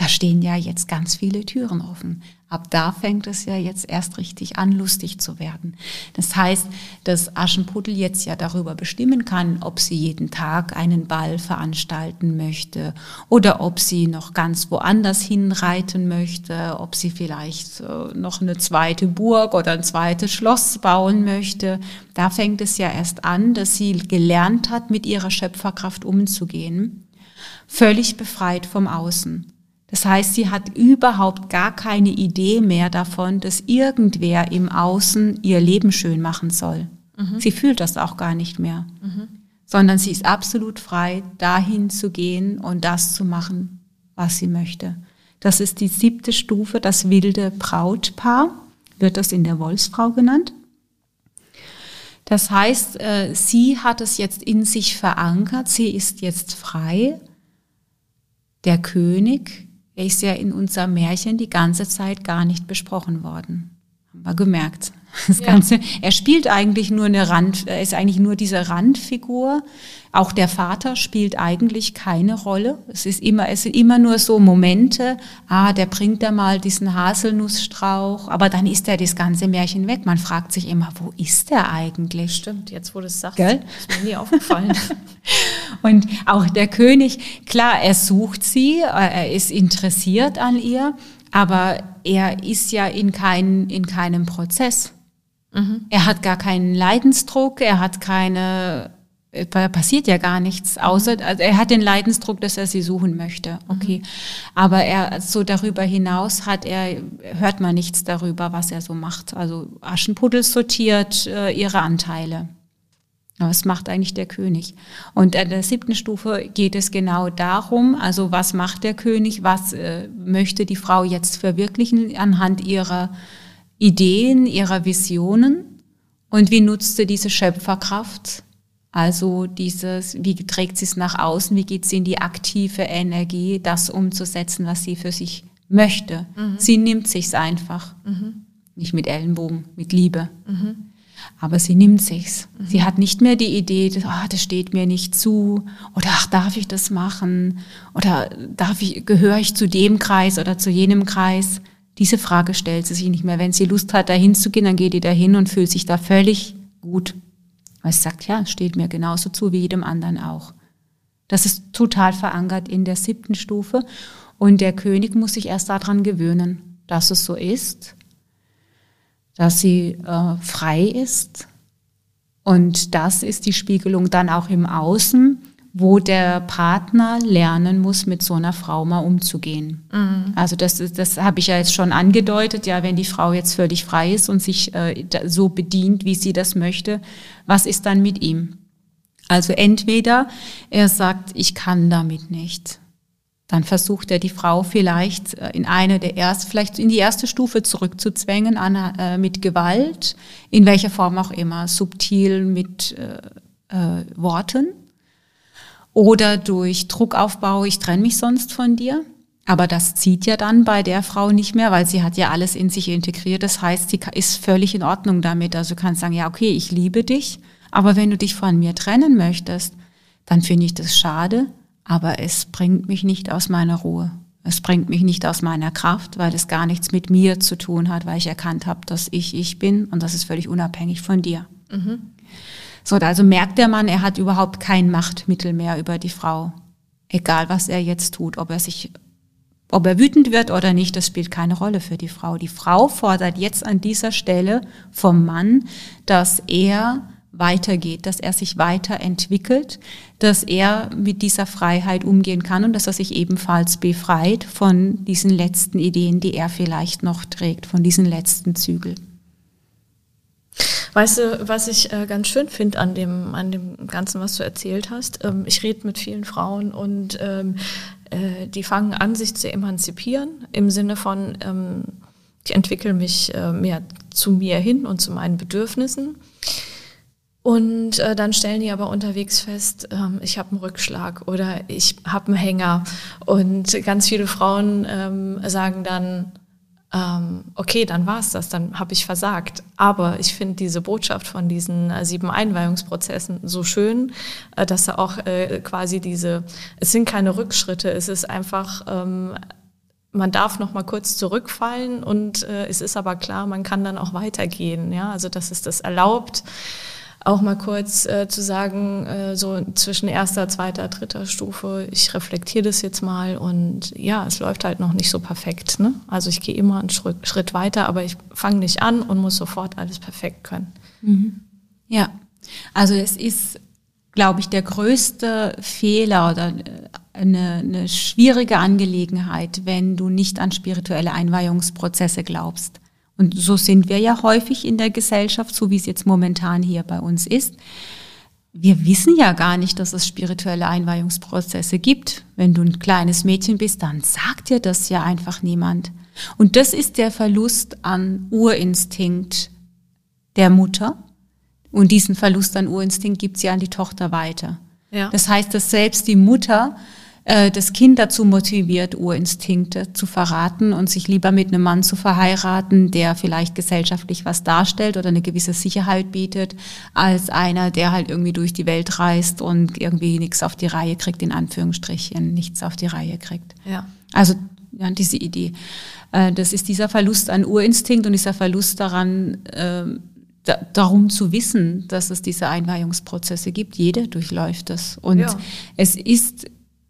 Da stehen ja jetzt ganz viele Türen offen. Ab da fängt es ja jetzt erst richtig an, lustig zu werden. Das heißt, dass Aschenputtel jetzt ja darüber bestimmen kann, ob sie jeden Tag einen Ball veranstalten möchte oder ob sie noch ganz woanders hinreiten möchte, ob sie vielleicht noch eine zweite Burg oder ein zweites Schloss bauen möchte. Da fängt es ja erst an, dass sie gelernt hat, mit ihrer Schöpferkraft umzugehen, völlig befreit vom Außen. Das heißt, sie hat überhaupt gar keine Idee mehr davon, dass irgendwer im Außen ihr Leben schön machen soll. Sie fühlt das auch gar nicht mehr, sondern sie ist absolut frei, dahin zu gehen und das zu machen, was sie möchte. Das ist die 7. Stufe, das wilde Brautpaar, wird das in der Wolfsfrau genannt. Das heißt, sie hat es jetzt in sich verankert, sie ist jetzt frei. Der König, er ist ja in unserem Märchen die ganze Zeit gar nicht besprochen worden. Haben wir gemerkt. Das Ganze, er spielt eigentlich nur er ist eigentlich nur diese Randfigur. Auch der Vater spielt eigentlich keine Rolle. Es sind immer nur so Momente, der bringt da mal diesen Haselnussstrauch, aber dann ist das ganze Märchen weg. Man fragt sich immer, wo ist der eigentlich? Stimmt, jetzt wo du es sagst, Gell? ist mir nie aufgefallen. Und auch der König, klar, er sucht sie, er ist interessiert an ihr, aber er ist ja in keinem Prozess. Er hat gar keinen Leidensdruck, passiert ja gar nichts, außer, also er hat den Leidensdruck, dass er sie suchen möchte, okay. Aber so darüber hinaus hört man nichts darüber, was er so macht. Also Aschenputtel sortiert ihre Anteile. Aber das macht eigentlich der König. Und an der 7. Stufe geht es genau darum, also was macht der König, was möchte die Frau jetzt verwirklichen anhand ihrer Ideen, ihrer Visionen und wie nutzt sie diese Schöpferkraft? Also wie trägt sie es nach außen, wie geht sie in die aktive Energie, das umzusetzen, was sie für sich möchte. Sie nimmt sich's einfach. Nicht mit Ellenbogen, mit Liebe. Aber sie nimmt sich's. Sie hat nicht mehr die Idee, das steht mir nicht zu oder darf ich das machen oder gehöre ich zu dem Kreis oder zu jenem Kreis. Diese Frage stellt sie sich nicht mehr. Wenn sie Lust hat, dahin zu gehen, dann geht die dahin und fühlt sich da völlig gut. Weil sie sagt, ja, es steht mir genauso zu wie jedem anderen auch. Das ist total verankert in der 7. Stufe. Und der König muss sich erst daran gewöhnen, dass es so ist, dass sie frei ist. Und das ist die Spiegelung dann auch im Außen, wo der Partner lernen muss, mit so einer Frau mal umzugehen. Also das habe ich ja jetzt schon angedeutet, ja, wenn die Frau jetzt völlig frei ist und sich so bedient, wie sie das möchte, was ist dann mit ihm? Also entweder er sagt, ich kann damit nicht. Dann versucht er die Frau vielleicht vielleicht in die 1. Stufe zurückzuzwängen mit Gewalt, in welcher Form auch immer, subtil mit Worten. Oder durch Druckaufbau, ich trenne mich sonst von dir. Aber das zieht ja dann bei der Frau nicht mehr, weil sie hat ja alles in sich integriert. Das heißt, sie ist völlig in Ordnung damit. Also du kannst sagen, ja, okay, ich liebe dich, aber wenn du dich von mir trennen möchtest, dann finde ich das schade, aber es bringt mich nicht aus meiner Ruhe. Es bringt mich nicht aus meiner Kraft, weil es gar nichts mit mir zu tun hat, weil ich erkannt habe, dass ich bin und das ist völlig unabhängig von dir. So, also merkt der Mann, er hat überhaupt kein Machtmittel mehr über die Frau. Egal, was er jetzt tut, ob er wütend wird oder nicht, das spielt keine Rolle für die Frau. Die Frau fordert jetzt an dieser Stelle vom Mann, dass er weitergeht, dass er sich weiterentwickelt, dass er mit dieser Freiheit umgehen kann und dass er sich ebenfalls befreit von diesen letzten Ideen, die er vielleicht noch trägt, von diesen letzten Zügeln. Weißt du, was ich ganz schön finde an dem Ganzen, was du erzählt hast? Ich rede mit vielen Frauen und die fangen an, sich zu emanzipieren, im Sinne von, ich entwickle mich mehr zu mir hin und zu meinen Bedürfnissen. Und dann stellen die aber unterwegs fest, ich habe einen Rückschlag oder ich habe einen Hänger. Und ganz viele Frauen sagen dann, okay, dann war's das, dann habe ich versagt. Aber ich finde diese Botschaft von diesen 7 Einweihungsprozessen so schön, dass da auch quasi es sind keine Rückschritte, es ist einfach man darf noch mal kurz zurückfallen und es ist aber klar, man kann dann auch weitergehen. Ja? Also dass es das erlaubt, auch mal kurz zu sagen, so zwischen 1., 2., 3. Stufe, ich reflektiere das jetzt mal und ja, es läuft halt noch nicht so perfekt. Ne? Also ich gehe immer einen Schritt weiter, aber ich fange nicht an und muss sofort alles perfekt können. Mhm. Ja, also es ist, glaube ich, der größte Fehler oder eine schwierige Angelegenheit, wenn du nicht an spirituelle Einweihungsprozesse glaubst. Und so sind wir ja häufig in der Gesellschaft, so wie es jetzt momentan hier bei uns ist. Wir wissen ja gar nicht, dass es spirituelle Einweihungsprozesse gibt. Wenn du ein kleines Mädchen bist, dann sagt dir das ja einfach niemand. Und das ist der Verlust an Urinstinkt der Mutter. Und diesen Verlust an Urinstinkt gibt sie an die Tochter weiter. Ja. Das heißt, dass selbst die Mutter das Kind dazu motiviert, Urinstinkte zu verraten und sich lieber mit einem Mann zu verheiraten, der vielleicht gesellschaftlich was darstellt oder eine gewisse Sicherheit bietet, als einer, der halt irgendwie durch die Welt reist und irgendwie nichts auf die Reihe kriegt, in Anführungsstrichen, nichts auf die Reihe kriegt. Ja. Also ja, diese Idee. Das ist dieser Verlust an Urinstinkt und dieser Verlust daran, darum zu wissen, dass es diese Einweihungsprozesse gibt. Jede durchläuft das. Und es ist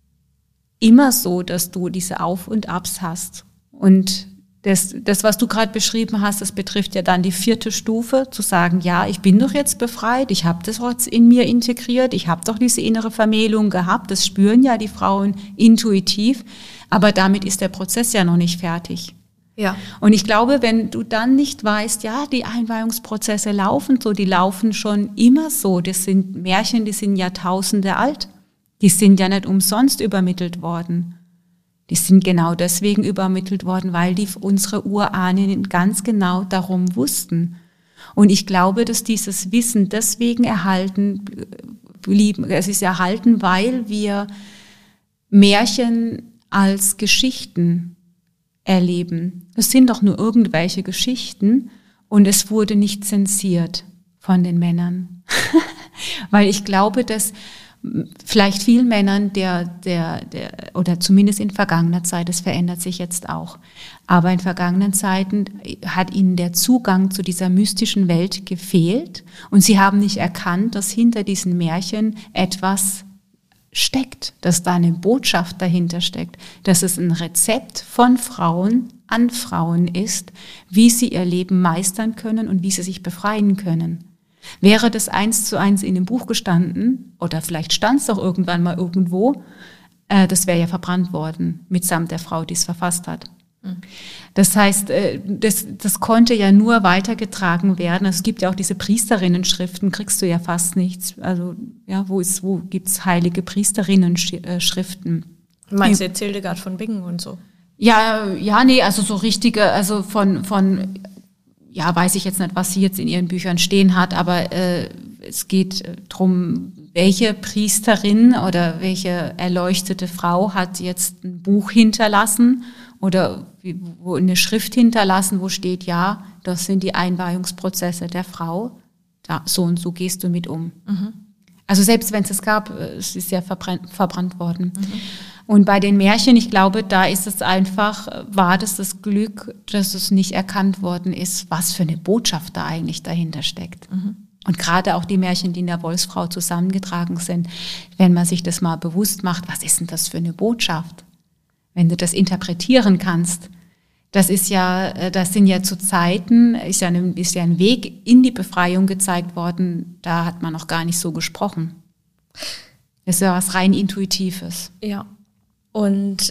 immer so, dass du diese Auf und Abs hast. Und das, was du gerade beschrieben hast, das betrifft ja dann die 4. Stufe, zu sagen, ja, ich bin doch jetzt befreit, ich habe das jetzt in mir integriert, ich habe doch diese innere Vermählung gehabt, das spüren ja die Frauen intuitiv, aber damit ist der Prozess ja noch nicht fertig. Ja. Und ich glaube, wenn du dann nicht weißt, ja, die Einweihungsprozesse laufen so, die laufen schon immer so, das sind Märchen, die sind Jahrtausende alt. Die sind ja nicht umsonst übermittelt worden. Die sind genau deswegen übermittelt worden, weil die unsere Urahnen ganz genau darum wussten. Und ich glaube, dass dieses Wissen deswegen erhalten blieb. Es ist erhalten, weil wir Märchen als Geschichten erleben. Es sind doch nur irgendwelche Geschichten und es wurde nicht zensiert von den Männern. Weil ich glaube, dass vielleicht vielen Männern oder zumindest in vergangener Zeit, das verändert sich jetzt auch, aber in vergangenen Zeiten hat ihnen der Zugang zu dieser mystischen Welt gefehlt und sie haben nicht erkannt, dass hinter diesen Märchen etwas steckt, dass da eine Botschaft dahinter steckt, dass es ein Rezept von Frauen an Frauen ist, wie sie ihr Leben meistern können und wie sie sich befreien können. Wäre das 1:1 in dem Buch gestanden, oder vielleicht stand es doch irgendwann mal irgendwo, das wäre ja verbrannt worden, mitsamt der Frau, die es verfasst hat. Das heißt, das konnte ja nur weitergetragen werden. Es gibt ja auch diese Priesterinnen-Schriften, kriegst du ja fast nichts. Also ja, wo gibt's heilige Priesterinnen-Schriften? Du meinst jetzt Hildegard von Bingen und so? Ja, nee, also so richtige, also von ja, weiß ich jetzt nicht, was sie jetzt in ihren Büchern stehen hat, aber es geht drum, welche Priesterin oder welche erleuchtete Frau hat jetzt ein Buch hinterlassen oder wo eine Schrift hinterlassen, wo steht, ja, das sind die Einweihungsprozesse der Frau, da, so und so gehst du mit um. Mhm. Also selbst wenn es gab, es ist ja verbrannt worden. Mhm. Und bei den Märchen, ich glaube, da ist es einfach, war das Glück, dass es nicht erkannt worden ist, was für eine Botschaft da eigentlich dahinter steckt. Mhm. Und gerade auch die Märchen, die in der Wolfsfrau zusammengetragen sind, wenn man sich das mal bewusst macht, was ist denn das für eine Botschaft? Wenn du das interpretieren kannst, das sind ja zu Zeiten, ist ja ein Weg in die Befreiung gezeigt worden, da hat man noch gar nicht so gesprochen. Das ist ja was rein Intuitives. Ja. Und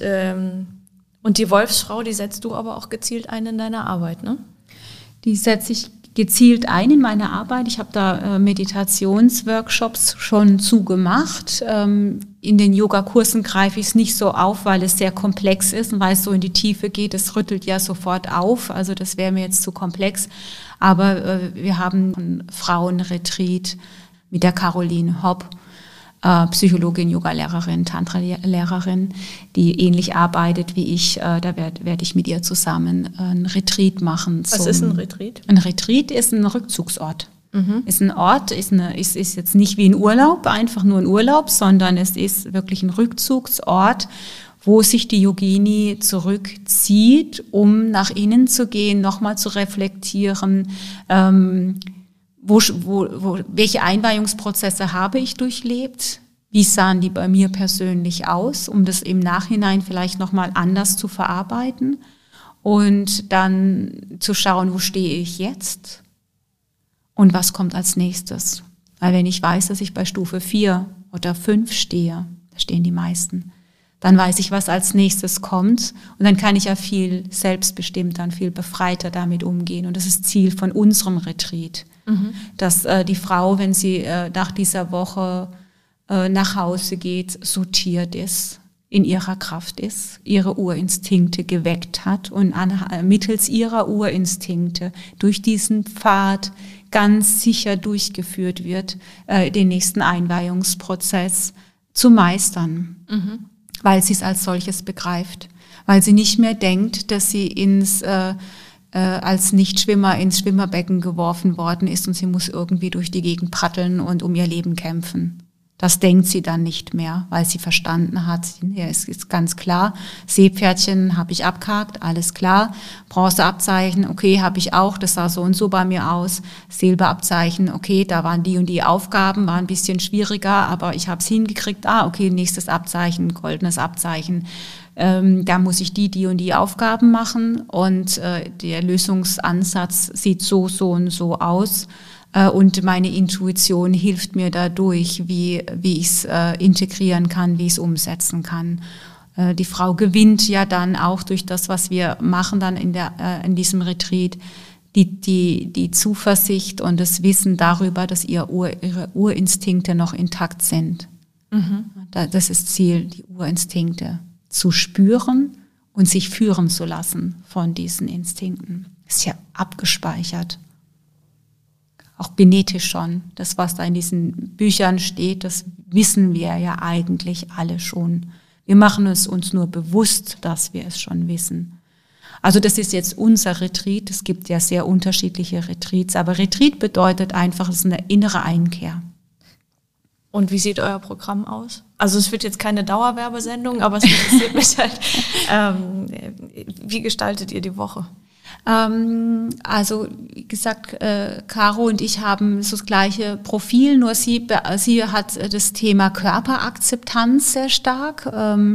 die Wolfsfrau, die setzt du aber auch gezielt ein in deiner Arbeit, ne? Die setze ich gezielt ein in meine Arbeit. Ich habe da Meditationsworkshops schon zugemacht. In den Yogakursen greife ich es nicht so auf, weil es sehr komplex ist und weil es so in die Tiefe geht. Es rüttelt ja sofort auf, also das wäre mir jetzt zu komplex. Aber wir haben einen Frauenretreat mit der Caroline Hopp, Psychologin, Yoga-Lehrerin, Tantra-Lehrerin, die ähnlich arbeitet wie ich. Da werd ich mit ihr zusammen ein Retreat machen. Was ist ein Retreat? Ein Retreat ist ein Rückzugsort. Mhm. Ist ein Ort, ist jetzt nicht wie ein Urlaub, einfach nur ein Urlaub, sondern es ist wirklich ein Rückzugsort, wo sich die Yogini zurückzieht, um nach innen zu gehen, nochmal zu reflektieren, welche Einweihungsprozesse habe ich durchlebt, wie sahen die bei mir persönlich aus, um das im Nachhinein vielleicht nochmal anders zu verarbeiten und dann zu schauen, wo stehe ich jetzt und was kommt als nächstes. Weil wenn ich weiß, dass ich bei Stufe 4 oder 5 stehe, da stehen die meisten, dann weiß ich, was als nächstes kommt und dann kann ich ja viel selbstbestimmter und viel befreiter damit umgehen. Und das ist Ziel von unserem Retreat, dass die Frau, wenn sie nach dieser Woche nach Hause geht, sortiert ist, in ihrer Kraft ist, ihre Urinstinkte geweckt hat und mittels ihrer Urinstinkte durch diesen Pfad ganz sicher durchgeführt wird, den nächsten Einweihungsprozess zu meistern. Weil sie es als solches begreift, weil sie nicht mehr denkt, dass sie als Nichtschwimmer ins Schwimmerbecken geworfen worden ist und sie muss irgendwie durch die Gegend paddeln und um ihr Leben kämpfen. Das denkt sie dann nicht mehr, weil sie verstanden hat, ja, es ist ganz klar, Seepferdchen habe ich abgehakt, alles klar, Bronzeabzeichen, okay, habe ich auch, das sah so und so bei mir aus, Silberabzeichen, okay, da waren die und die Aufgaben, war ein bisschen schwieriger, aber ich habe es hingekriegt, okay, nächstes Abzeichen, goldenes Abzeichen, da muss ich die und die Aufgaben machen und der Lösungsansatz sieht so und so aus. Und meine Intuition hilft mir dadurch, wie ich es integrieren kann, wie ich es umsetzen kann. Die Frau gewinnt ja dann auch durch das, was wir machen dann in diesem Retreat, die Zuversicht und das Wissen darüber, dass ihre Urinstinkte noch intakt sind. Das ist Ziel, die Urinstinkte zu spüren und sich führen zu lassen von diesen Instinkten. Ist ja abgespeichert. Auch genetisch schon. Das, was da in diesen Büchern steht, das wissen wir ja eigentlich alle schon. Wir machen es uns nur bewusst, dass wir es schon wissen. Also das ist jetzt unser Retreat. Es gibt ja sehr unterschiedliche Retreats, aber Retreat bedeutet einfach, es ist eine innere Einkehr. Und wie sieht euer Programm aus? Also es wird jetzt keine Dauerwerbesendung, aber es interessiert mich halt. Wie gestaltet ihr die Woche? Also wie gesagt, Caro und ich haben so das gleiche Profil, nur sie hat das Thema Körperakzeptanz sehr stark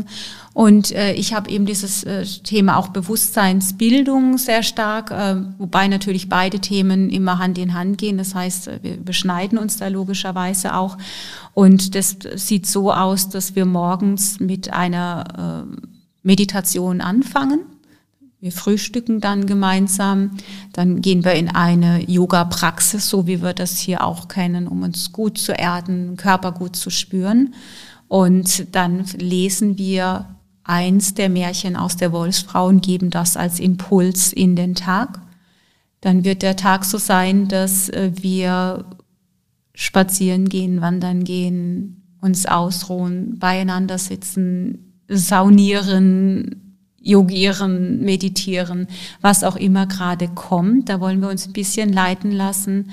und ich habe eben dieses Thema auch Bewusstseinsbildung sehr stark, wobei natürlich beide Themen immer Hand in Hand gehen, das heißt, wir beschneiden uns da logischerweise auch und das sieht so aus, dass wir morgens mit einer Meditation anfangen. Wir frühstücken dann gemeinsam, dann gehen wir in eine Yoga-Praxis, so wie wir das hier auch kennen, um uns gut zu erden, Körper gut zu spüren. Und dann lesen wir eins der Märchen aus der Wolfsfrau und geben das als Impuls in den Tag. Dann wird der Tag so sein, dass wir spazieren gehen, wandern gehen, uns ausruhen, beieinander sitzen, saunieren, yogieren, meditieren, was auch immer gerade kommt. Da wollen wir uns ein bisschen leiten lassen.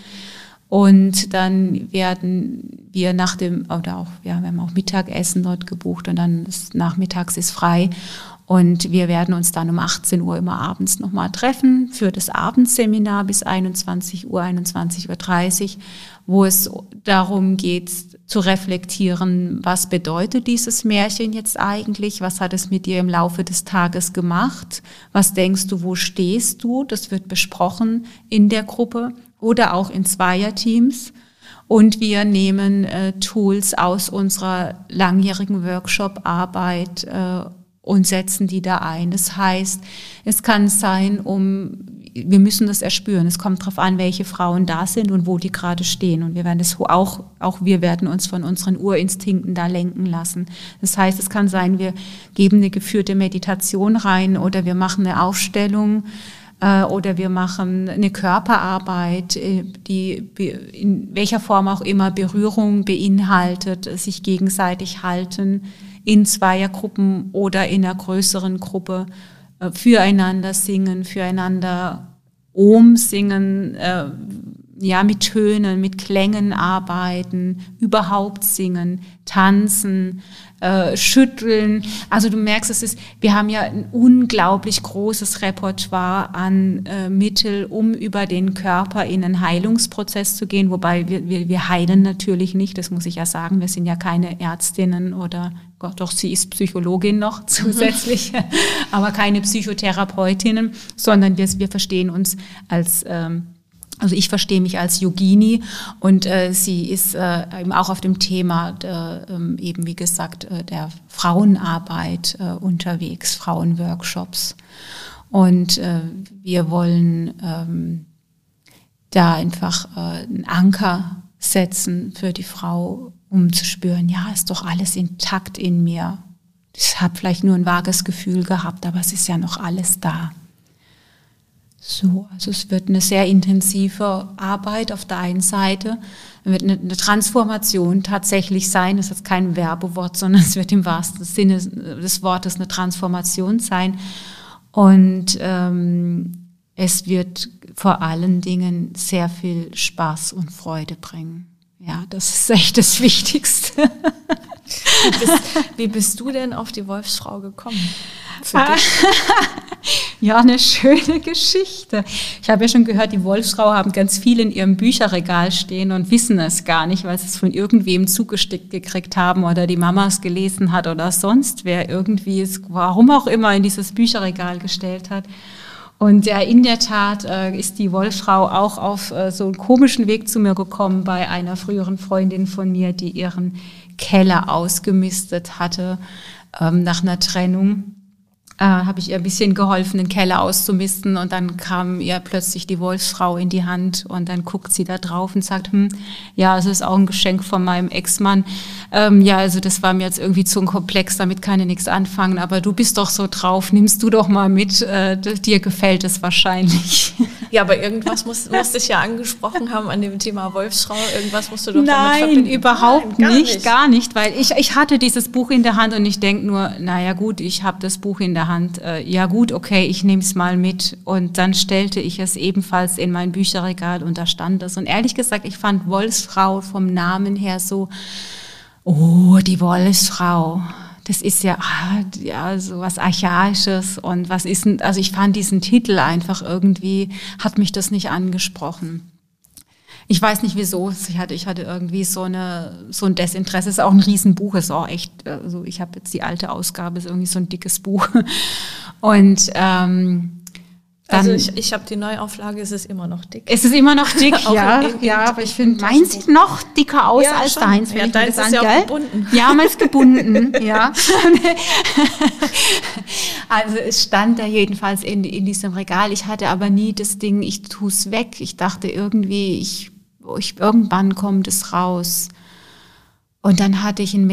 Und dann werden wir wir haben auch Mittagessen dort gebucht und dann nachmittags ist frei. Und wir werden uns dann um 18 Uhr immer abends nochmal treffen für das Abendseminar bis 21 Uhr, 21:30 Uhr, wo es darum geht, zu reflektieren, was bedeutet dieses Märchen jetzt eigentlich? Was hat es mit dir im Laufe des Tages gemacht? Was denkst du, wo stehst du? Das wird besprochen in der Gruppe oder auch in Zweierteams. Und wir nehmen Tools aus unserer langjährigen Workshop-Arbeit und setzen die da ein. Das heißt, es kann sein, wir müssen das erspüren. Es kommt darauf an, welche Frauen da sind und wo die gerade stehen. Und wir werden das auch wir werden uns von unseren Urinstinkten da lenken lassen. Das heißt, es kann sein, wir geben eine geführte Meditation rein oder wir machen eine Aufstellung oder wir machen eine Körperarbeit, die in welcher Form auch immer Berührung beinhaltet, sich gegenseitig halten in Zweiergruppen oder in einer größeren Gruppe, füreinander singen, füreinander Om singen, mit Tönen, mit Klängen arbeiten, überhaupt singen, tanzen, schütteln. Also du merkst, wir haben ja ein unglaublich großes Repertoire an Mittel, um über den Körper in einen Heilungsprozess zu gehen, wobei wir heilen natürlich nicht, das muss ich ja sagen, wir sind ja keine Ärztinnen oder, doch sie ist Psychologin noch zusätzlich, aber keine Psychotherapeutinnen, sondern wir verstehen uns als also ich verstehe mich als Yogini und sie ist eben auch auf dem Thema eben wie gesagt der Frauenarbeit unterwegs, Frauenworkshops. Und wir wollen da einfach einen Anker setzen für die Frau, um zu spüren, ja, ist doch alles intakt in mir. Ich habe vielleicht nur ein vages Gefühl gehabt, aber es ist ja noch alles da. So, also es wird eine sehr intensive Arbeit auf der einen Seite, es wird eine Transformation tatsächlich sein, das ist jetzt kein Werbewort, sondern es wird im wahrsten Sinne des Wortes eine Transformation sein und es wird vor allen Dingen sehr viel Spaß und Freude bringen. Ja, das ist echt das Wichtigste. Wie bist du denn auf die Wolfsfrau gekommen? Für dich? Ja, eine schöne Geschichte. Ich habe ja schon gehört, die Wolfsfrau haben ganz viel in ihrem Bücherregal stehen und wissen es gar nicht, weil sie es von irgendwem zugestickt gekriegt haben oder die Mama es gelesen hat oder sonst wer irgendwie es, warum auch immer, in dieses Bücherregal gestellt hat. Und ja, in der Tat ist die Wolfsfrau auch auf so einen komischen Weg zu mir gekommen bei einer früheren Freundin von mir, die ihren Keller ausgemistet hatte nach einer Trennung. Habe ich ihr ein bisschen geholfen, den Keller auszumisten und dann kam ihr plötzlich die Wolfsfrau in die Hand und dann guckt sie da drauf und sagt, ja, es ist auch ein Geschenk von meinem Ex-Mann. Ja, also das war mir jetzt irgendwie zu komplex, damit kann ich nichts anfangen, aber du bist doch so drauf, nimmst du doch mal mit, dir gefällt es wahrscheinlich. Ja, aber irgendwas muss dich ja angesprochen haben an dem Thema Wolfsfrau, irgendwas musst du doch damit verbinden. Nein, überhaupt nicht, gar nicht, weil ich hatte dieses Buch in der Hand und ich denke nur, naja gut, ich habe das Buch in der Hand, ja gut, okay, ich nehme es mal mit und dann stellte ich es ebenfalls in mein Bücherregal und da stand es und ehrlich gesagt, ich fand Wolfsfrau vom Namen her so, oh, die Wolfsfrau, das ist ja so was Archaisches und was ist denn, also ich fand diesen Titel einfach irgendwie, hat mich das nicht angesprochen. Ich weiß nicht wieso, ich hatte irgendwie so ein Desinteresse, es ist auch ein Riesenbuch, ist auch echt, also ich habe jetzt die alte Ausgabe, ist irgendwie so ein dickes Buch und also ich habe die Neuauflage, es ist immer noch dick. Es ist immer noch dick, ja, aber ich finde, meins sieht noch dicker aus als deins. Ja, deins ist ja auch gebunden. Ja, meins gebunden, ja. Also es stand da jedenfalls in diesem Regal. Ich hatte aber nie das Ding, ich tue es weg. Ich dachte irgendwie, irgendwann kommt es raus. Und dann hatte ich eine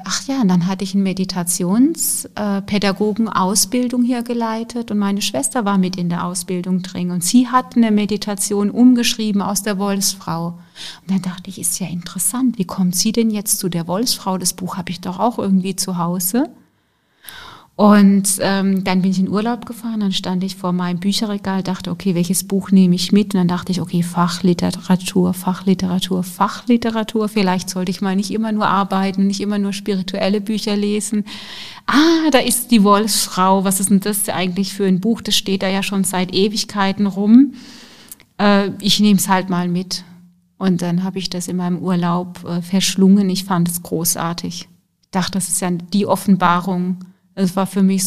Meditationspädagogen-Ausbildung hier geleitet und meine Schwester war mit in der Ausbildung drin und sie hat eine Meditation umgeschrieben aus der Wolfsfrau. Und dann dachte ich, ist ja interessant, wie kommt sie denn jetzt zu der Wolfsfrau? Das Buch habe ich doch auch irgendwie zu Hause. Und dann bin ich in Urlaub gefahren, dann stand ich vor meinem Bücherregal, dachte, okay, welches Buch nehme ich mit? Und dann dachte ich, okay, Fachliteratur, vielleicht sollte ich mal nicht immer nur arbeiten, nicht immer nur spirituelle Bücher lesen. Da ist die Wolfsfrau, was ist denn das eigentlich für ein Buch? Das steht da ja schon seit Ewigkeiten rum. Ich nehme es halt mal mit. Und dann habe ich das in meinem Urlaub verschlungen. Ich fand es großartig. Ich dachte, das ist ja die Offenbarung. Es war für mich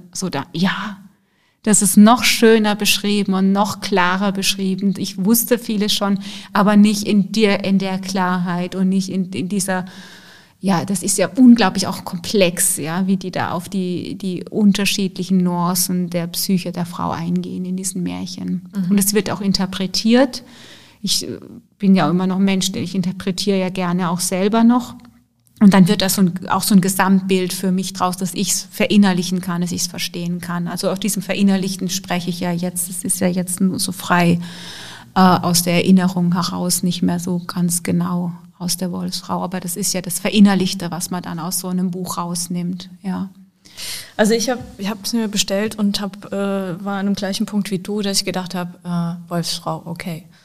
das ist noch schöner beschrieben und noch klarer beschrieben. Ich wusste vieles schon, aber nicht in der Klarheit und nicht in dieser, ja, das ist ja unglaublich auch komplex, ja, wie die da auf die unterschiedlichen Nuancen der Psyche der Frau eingehen in diesen Märchen. Mhm. Und es wird auch interpretiert. Ich bin ja immer noch Mensch, ich interpretiere ja gerne auch selber noch. Und dann wird das auch so ein Gesamtbild für mich draus, dass ich es verinnerlichen kann, dass ich es verstehen kann. Also auf diesem Verinnerlichten spreche ich ja jetzt, es ist ja jetzt nur so frei aus der Erinnerung heraus, nicht mehr so ganz genau aus der Wolfsfrau. Aber das ist ja das Verinnerlichte, was man dann aus so einem Buch rausnimmt, ja. Also ich hab es mir bestellt und war an dem gleichen Punkt wie du, dass ich gedacht habe, Wolfsfrau, okay.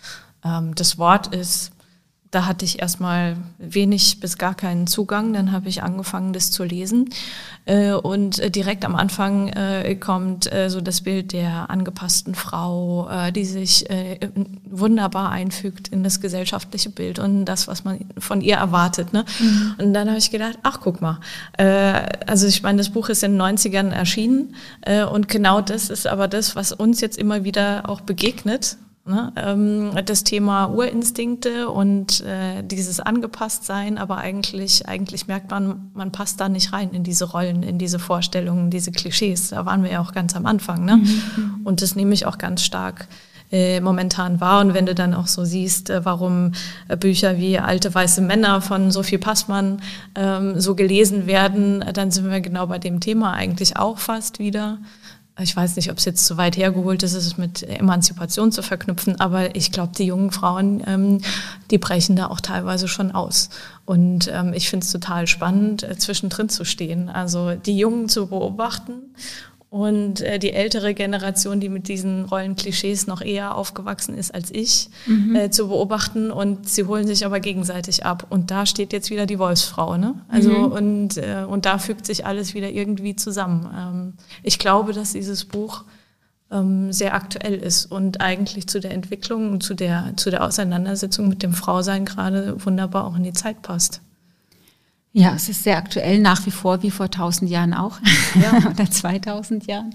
Das Wort da hatte ich erstmal wenig bis gar keinen Zugang. Dann habe ich angefangen, das zu lesen. Und direkt am Anfang kommt so das Bild der angepassten Frau, die sich wunderbar einfügt in das gesellschaftliche Bild und das, was man von ihr erwartet. Ne? Mhm. Und dann habe ich gedacht, ach, guck mal. Also ich meine, das Buch ist in den 90ern erschienen. Und genau das ist aber das, was uns jetzt immer wieder auch begegnet. Das Thema Urinstinkte und dieses Angepasstsein, aber eigentlich merkt man passt da nicht rein in diese Rollen, in diese Vorstellungen, diese Klischees. Da waren wir ja auch ganz am Anfang. Ne? Mhm. Und das nehme ich auch ganz stark momentan wahr. Und wenn du dann auch so siehst, warum Bücher wie Alte weiße Männer von Sophie Passmann so gelesen werden, dann sind wir genau bei dem Thema eigentlich auch fast wieder. Ich weiß nicht, ob es jetzt zu weit hergeholt ist, es mit Emanzipation zu verknüpfen, aber ich glaube, die jungen Frauen, die brechen da auch teilweise schon aus. Und ich finde es total spannend, zwischendrin zu stehen, also die Jungen zu beobachten und die ältere Generation, die mit diesen Rollenklischees noch eher aufgewachsen ist als ich, zu beobachten, und sie holen sich aber gegenseitig ab. Und da steht jetzt wieder die Wolfsfrau, ne? Also und da fügt sich alles wieder irgendwie zusammen. Ich glaube, dass dieses Buch sehr aktuell ist und eigentlich zu der Entwicklung und zu der Auseinandersetzung mit dem Frausein gerade wunderbar auch in die Zeit passt. Ja, es ist sehr aktuell, nach wie vor, wie vor 1000 Jahren auch, ja. Oder 2000 Jahren.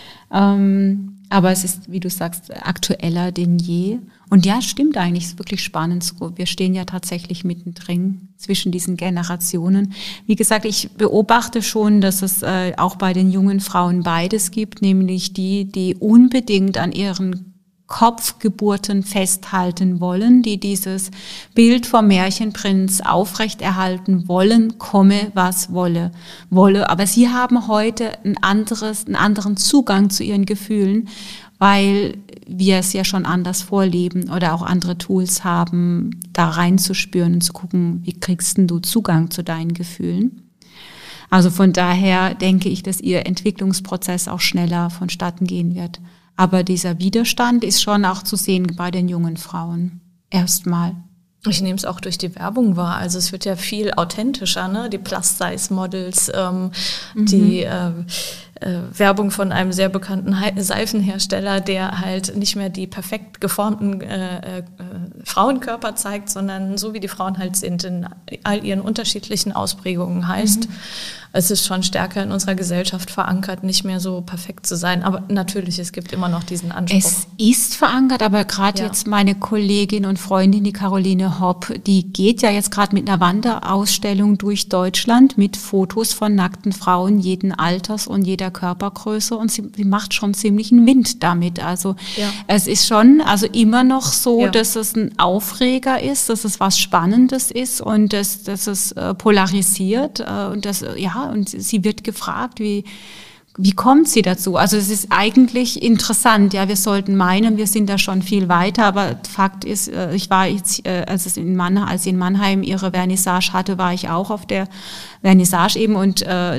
Aber es ist, wie du sagst, aktueller denn je. Und ja, stimmt eigentlich, es ist wirklich spannend. Wir stehen ja tatsächlich mittendrin zwischen diesen Generationen. Wie gesagt, ich beobachte schon, dass es auch bei den jungen Frauen beides gibt, nämlich die unbedingt an ihren Kopfgeburten festhalten wollen, die dieses Bild vom Märchenprinz aufrechterhalten wollen, komme was wolle. Aber sie haben heute einen anderen Zugang zu ihren Gefühlen, weil wir es ja schon anders vorleben oder auch andere Tools haben, da reinzuspüren und zu gucken, wie kriegst denn du Zugang zu deinen Gefühlen. Also von daher denke ich, dass ihr Entwicklungsprozess auch schneller vonstatten gehen wird. Aber dieser Widerstand ist schon auch zu sehen bei den jungen Frauen. Erstmal. Ich nehme es auch durch die Werbung wahr. Also es wird ja viel authentischer, ne? Die Plus-Size-Models, die Werbung von einem sehr bekannten Seifenhersteller, der halt nicht mehr die perfekt geformten Frauenkörper zeigt, sondern so wie die Frauen halt sind, in all ihren unterschiedlichen Ausprägungen heißt. Es ist schon stärker in unserer Gesellschaft verankert, nicht mehr so perfekt zu sein. Aber natürlich, es gibt immer noch diesen Anspruch. Es ist verankert, aber gerade jetzt meine Kollegin und Freundin, die Caroline Hopp, die geht ja jetzt gerade mit einer Wanderausstellung durch Deutschland mit Fotos von nackten Frauen jeden Alters und jeder Körpergröße, und sie macht schon ziemlich einen Wind damit. Also es ist schon immer noch so, dass es ein Aufreger ist, dass es was Spannendes ist und dass es polarisiert und und sie wird gefragt, wie kommt sie dazu? Also es ist eigentlich interessant. Ja, wir sollten meinen, wir sind da schon viel weiter, aber Fakt ist, ich war jetzt, als sie in Mannheim ihre Vernissage hatte, war ich auch auf der Vernissage eben, und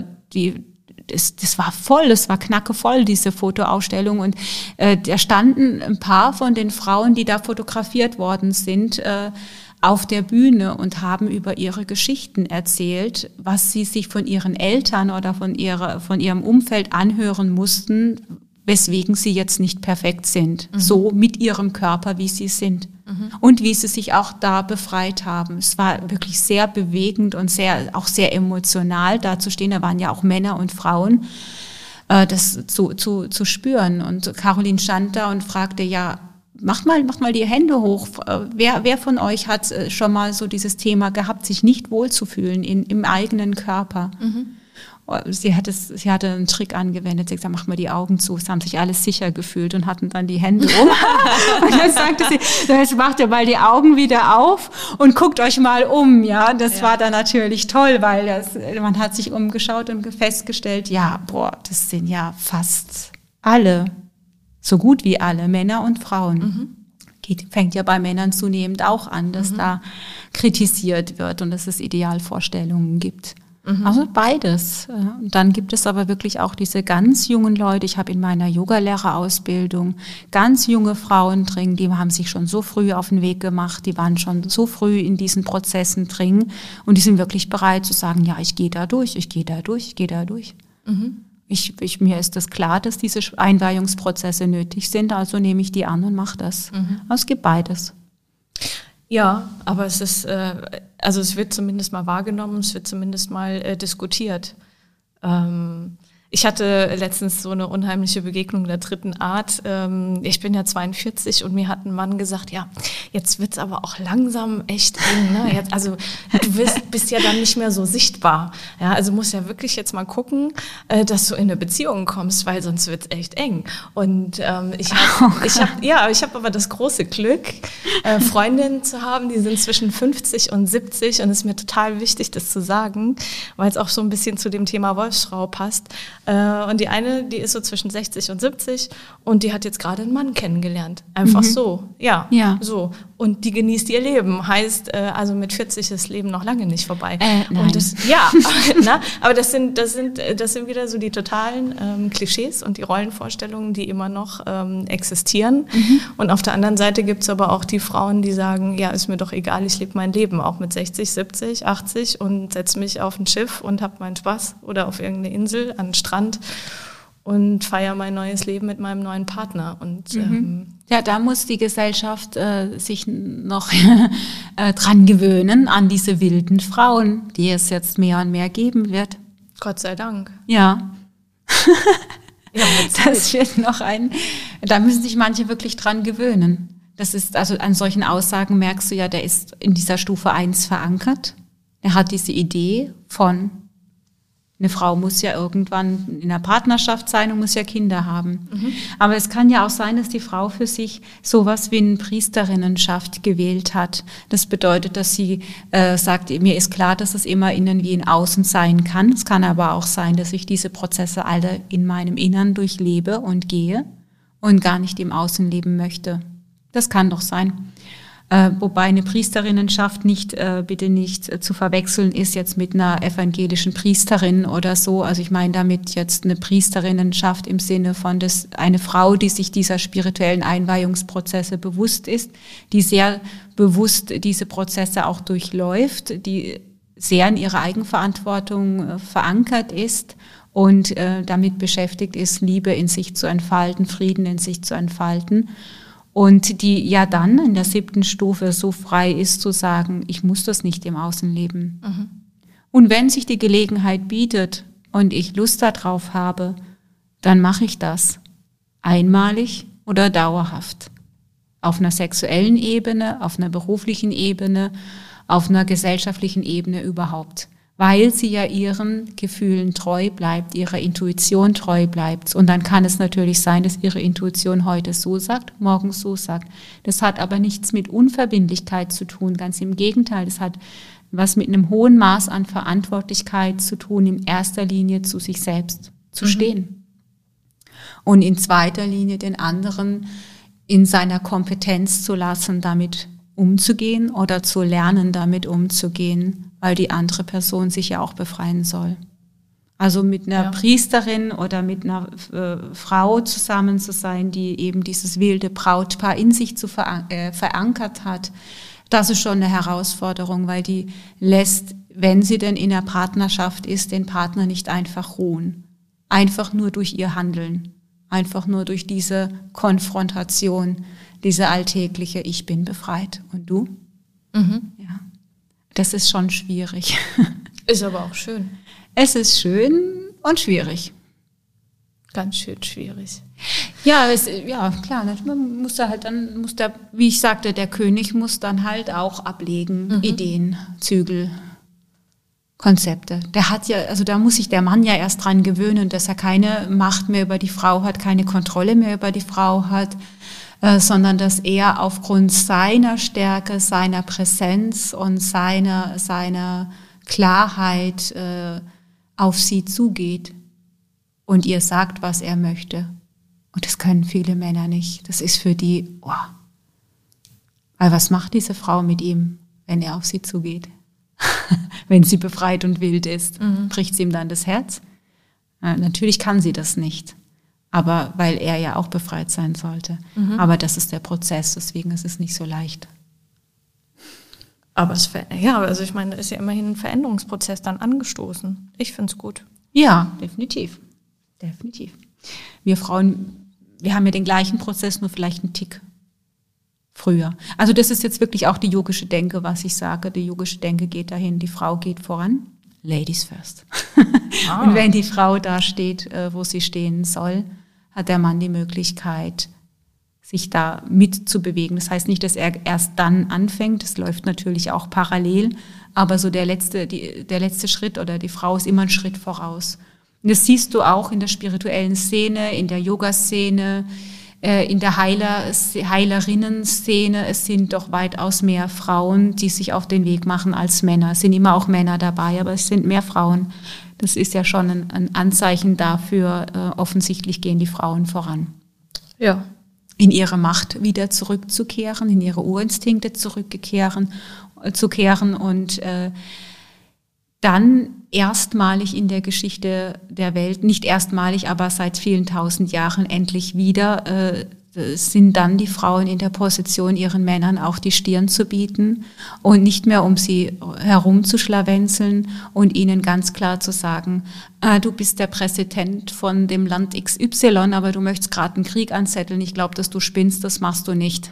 das war voll, das war knackevoll, diese Fotoausstellung, und da standen ein paar von den Frauen, die da fotografiert worden sind, auf der Bühne und haben über ihre Geschichten erzählt, was sie sich von ihren Eltern oder von ihrem Umfeld anhören mussten, weswegen sie jetzt nicht perfekt sind, so mit ihrem Körper, wie sie sind. Und wie sie sich auch da befreit haben. Es war wirklich sehr bewegend und auch sehr emotional, da zu stehen. Da waren ja auch Männer und Frauen, das zu spüren. Und Caroline stand da und fragte, macht mal die Hände hoch. Wer von euch hat schon mal so dieses Thema gehabt, sich nicht wohlzufühlen im eigenen Körper? Sie hatte einen Trick angewendet. Sie hat gesagt, mach mal die Augen zu. Es haben sich alle sicher gefühlt und hatten dann die Hände um. Und dann sagte sie, jetzt macht ihr mal die Augen wieder auf und guckt euch mal um. Ja, das war dann natürlich toll, weil man hat sich umgeschaut und festgestellt, das sind ja fast alle, so gut wie alle, Männer und Frauen. Fängt ja bei Männern zunehmend auch an, dass da kritisiert wird und dass es Idealvorstellungen gibt. Also beides. Und dann gibt es aber wirklich auch diese ganz jungen Leute. Ich habe in meiner Yogalehrerausbildung ganz junge Frauen drin, die haben sich schon so früh auf den Weg gemacht, die waren schon so früh in diesen Prozessen drin und die sind wirklich bereit zu sagen, ja, ich gehe da durch, ich gehe da durch, ich gehe da durch. Mir ist das klar, dass diese Einweihungsprozesse nötig sind, also nehme ich die an und mache das. Aber es gibt beides. Ja, aber es ist, also es wird zumindest mal wahrgenommen, es wird zumindest mal diskutiert. Ich hatte letztens so eine unheimliche Begegnung der dritten Art. Ich bin ja 42 und mir hat ein Mann gesagt, ja, jetzt wird's aber auch langsam echt eng. Ne? Jetzt, also du bist ja dann nicht mehr so sichtbar. Ja, also musst ja wirklich jetzt mal gucken, dass du in eine Beziehung kommst, weil sonst wird's echt eng. Und ich habe aber das große Glück, Freundinnen zu haben, die sind zwischen 50 und 70 und es ist mir total wichtig, das zu sagen, weil es auch so ein bisschen zu dem Thema Wolfsfrau passt. Und die eine, die ist so zwischen 60 und 70 und die hat jetzt gerade einen Mann kennengelernt. Einfach so, ja, so. Und die genießt ihr Leben. Heißt, also mit 40 ist das Leben noch lange nicht vorbei. Nein. Und das, aber das sind wieder so die totalen Klischees und die Rollenvorstellungen, die immer noch existieren. Und auf der anderen Seite gibt's aber auch die Frauen, die sagen, ja, ist mir doch egal, ich lebe mein Leben auch mit 60, 70, 80 und setze mich auf ein Schiff und habe meinen Spaß oder auf irgendeine Insel an den Strand und feiere mein neues Leben mit meinem neuen Partner. Und ja, da muss die Gesellschaft sich noch dran gewöhnen an diese wilden Frauen, die es jetzt mehr und mehr geben wird. Gott sei Dank. Ja. Das wird da müssen sich manche wirklich dran gewöhnen. Das ist, also an solchen Aussagen merkst du ja, der ist in dieser Stufe 1 verankert. Er hat diese Idee von, eine Frau muss ja irgendwann in einer Partnerschaft sein und muss ja Kinder haben. Aber es kann ja auch sein, dass die Frau für sich sowas wie eine Priesterinnenschaft gewählt hat. Das bedeutet, dass sie sagt, mir ist klar, dass es immer innen wie in außen sein kann. Es kann aber auch sein, dass ich diese Prozesse alle in meinem Innern durchlebe und gehe und gar nicht im Außen leben möchte. Das kann doch sein. Wobei eine Priesterinnenschaft bitte nicht zu verwechseln ist jetzt mit einer evangelischen Priesterin oder so. Also ich meine damit jetzt eine Priesterinnenschaft im Sinne von eine Frau, die sich dieser spirituellen Einweihungsprozesse bewusst ist, die sehr bewusst diese Prozesse auch durchläuft, die sehr in ihrer Eigenverantwortung verankert ist und damit beschäftigt ist, Liebe in sich zu entfalten, Frieden in sich zu entfalten. Und die ja dann in der 7. Stufe so frei ist zu sagen, ich muss das nicht im Außen leben. Und wenn sich die Gelegenheit bietet und ich Lust darauf habe, dann mache ich das. Einmalig oder dauerhaft. Auf einer sexuellen Ebene, auf einer beruflichen Ebene, auf einer gesellschaftlichen Ebene überhaupt. Weil sie ja ihren Gefühlen treu bleibt, ihrer Intuition treu bleibt. Und dann kann es natürlich sein, dass ihre Intuition heute so sagt, morgen so sagt. Das hat aber nichts mit Unverbindlichkeit zu tun, ganz im Gegenteil. Das hat was mit einem hohen Maß an Verantwortlichkeit zu tun, in erster Linie zu sich selbst zu stehen. Und in zweiter Linie den anderen in seiner Kompetenz zu lassen, damit umzugehen oder zu lernen, damit umzugehen, weil die andere Person sich ja auch befreien soll. Also mit einer Priesterin oder mit einer Frau zusammen zu sein, die eben dieses wilde Brautpaar in sich verankert hat, das ist schon eine Herausforderung, weil die lässt, wenn sie denn in einer Partnerschaft ist, den Partner nicht einfach ruhen. Einfach nur durch ihr Handeln. Einfach nur durch diese Konfrontation, diese alltägliche, ich bin befreit. Und du? Ja. Das ist schon schwierig. Ist aber auch schön. Es ist schön und schwierig. Ganz schön schwierig. Ja, klar. Man muss da halt dann, wie ich sagte, der König muss dann halt auch ablegen, Ideen, Zügel, Konzepte. Da muss sich der Mann ja erst dran gewöhnen, dass er keine Macht mehr über die Frau hat, keine Kontrolle mehr über die Frau hat, sondern dass er aufgrund seiner Stärke, seiner Präsenz und seiner Klarheit auf sie zugeht und ihr sagt, was er möchte. Und das können viele Männer nicht. Das ist für die, weil was macht diese Frau mit ihm, wenn er auf sie zugeht? wenn sie befreit und wild ist. Bricht sie ihm dann das Herz? Natürlich kann sie das nicht. Aber weil er ja auch befreit sein sollte. Aber das ist der Prozess, deswegen ist es nicht so leicht. Aber also ich meine, da ist ja immerhin ein Veränderungsprozess dann angestoßen. Ich finde es gut. Ja, definitiv. Definitiv. Wir Frauen, wir haben ja den gleichen Prozess, nur vielleicht einen Tick früher. Also das ist jetzt wirklich auch die yogische Denke, was ich sage. Die yogische Denke geht dahin, die Frau geht voran. Ladies first. Und wenn die Frau da steht, wo sie stehen soll, hat der Mann die Möglichkeit, sich da mitzubewegen. Das heißt nicht, dass er erst dann anfängt, das läuft natürlich auch parallel, aber so der letzte Schritt oder die Frau ist immer einen Schritt voraus. Und das siehst du auch in der spirituellen Szene, in der Yoga-Szene, in der Heilerinnen-Szene. Es sind doch weitaus mehr Frauen, die sich auf den Weg machen als Männer. Es sind immer auch Männer dabei, aber es sind mehr Frauen. Das ist ja schon ein Anzeichen dafür, offensichtlich gehen die Frauen voran. Ja. In ihre Macht wieder zurückzukehren, in ihre Urinstinkte zurückzukehren und dann erstmalig in der Geschichte der Welt, nicht erstmalig, aber seit vielen tausend Jahren endlich wieder, sind dann die Frauen in der Position, ihren Männern auch die Stirn zu bieten und nicht mehr um sie herumzuschlawenzeln und ihnen ganz klar zu sagen, du bist der Präsident von dem Land XY, aber du möchtest gerade einen Krieg anzetteln, ich glaube, dass du spinnst, das machst du nicht.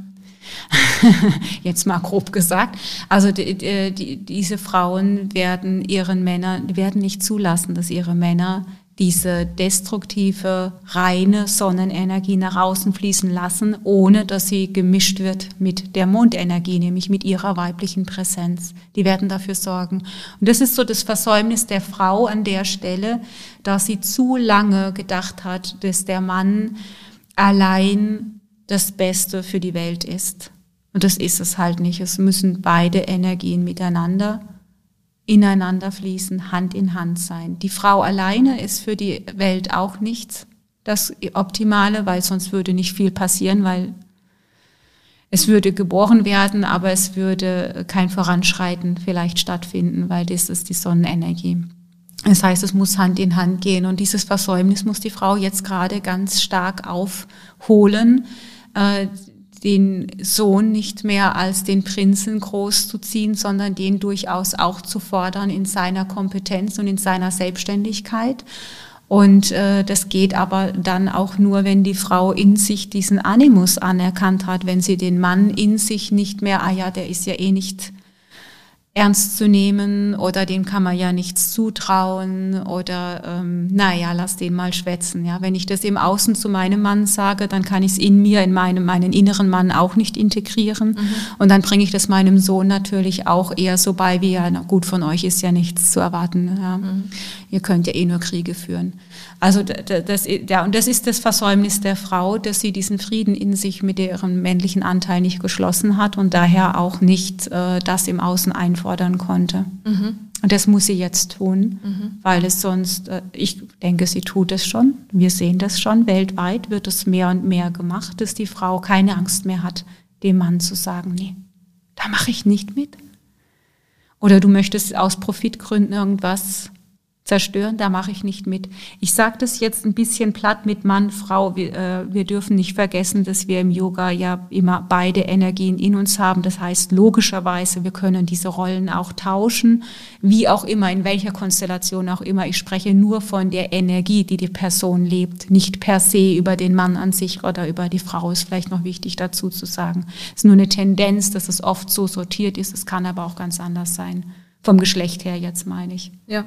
Jetzt mal grob gesagt. Also diese Frauen werden nicht zulassen, dass ihre Männer diese destruktive, reine Sonnenenergie nach außen fließen lassen, ohne dass sie gemischt wird mit der Mondenergie, nämlich mit ihrer weiblichen Präsenz. Die werden dafür sorgen. Und das ist so das Versäumnis der Frau an der Stelle, dass sie zu lange gedacht hat, dass der Mann allein das Beste für die Welt ist. Und das ist es halt nicht. Es müssen beide Energien miteinander ineinander fließen, Hand in Hand sein. Die Frau alleine ist für die Welt auch nicht das Optimale, weil sonst würde nicht viel passieren, weil es würde geboren werden, aber es würde kein Voranschreiten vielleicht stattfinden, weil das ist die Sonnenenergie. Das heißt, es muss Hand in Hand gehen und dieses Versäumnis muss die Frau jetzt gerade ganz stark aufholen, den Sohn nicht mehr als den Prinzen groß zu ziehen, sondern den durchaus auch zu fordern in seiner Kompetenz und in seiner Selbstständigkeit. Und das geht aber dann auch nur, wenn die Frau in sich diesen Animus anerkannt hat, wenn sie den Mann in sich nicht mehr, der ist ja eh nicht ernst zu nehmen oder dem kann man ja nichts zutrauen oder lass den mal schwätzen. Ja, wenn ich das im Außen zu meinem Mann sage, dann kann ich es in mir, in meinen inneren Mann auch nicht integrieren und dann bringe ich das meinem Sohn natürlich auch eher so bei, wie ja, na gut, von euch ist ja nichts zu erwarten. Ja. Ihr könnt ja eh nur Kriege führen. Also das ist das Versäumnis der Frau, dass sie diesen Frieden in sich mit ihrem männlichen Anteil nicht geschlossen hat und daher auch nicht das im Außen einfordern konnte. Und das muss sie jetzt tun, weil es sonst, ich denke, sie tut es schon, wir sehen das schon, weltweit wird es mehr und mehr gemacht, dass die Frau keine Angst mehr hat, dem Mann zu sagen, nee, da mache ich nicht mit. Oder du möchtest aus Profitgründen irgendwas zerstören, da mache ich nicht mit. Ich sage das jetzt ein bisschen platt mit Mann, Frau. Wir dürfen nicht vergessen, dass wir im Yoga ja immer beide Energien in uns haben. Das heißt, logischerweise, wir können diese Rollen auch tauschen, wie auch immer, in welcher Konstellation auch immer. Ich spreche nur von der Energie, die die Person lebt, nicht per se über den Mann an sich oder über die Frau, ist vielleicht noch wichtig dazu zu sagen. Es ist nur eine Tendenz, dass es oft so sortiert ist. Es kann aber auch ganz anders sein. Vom Geschlecht her jetzt meine ich. Ja.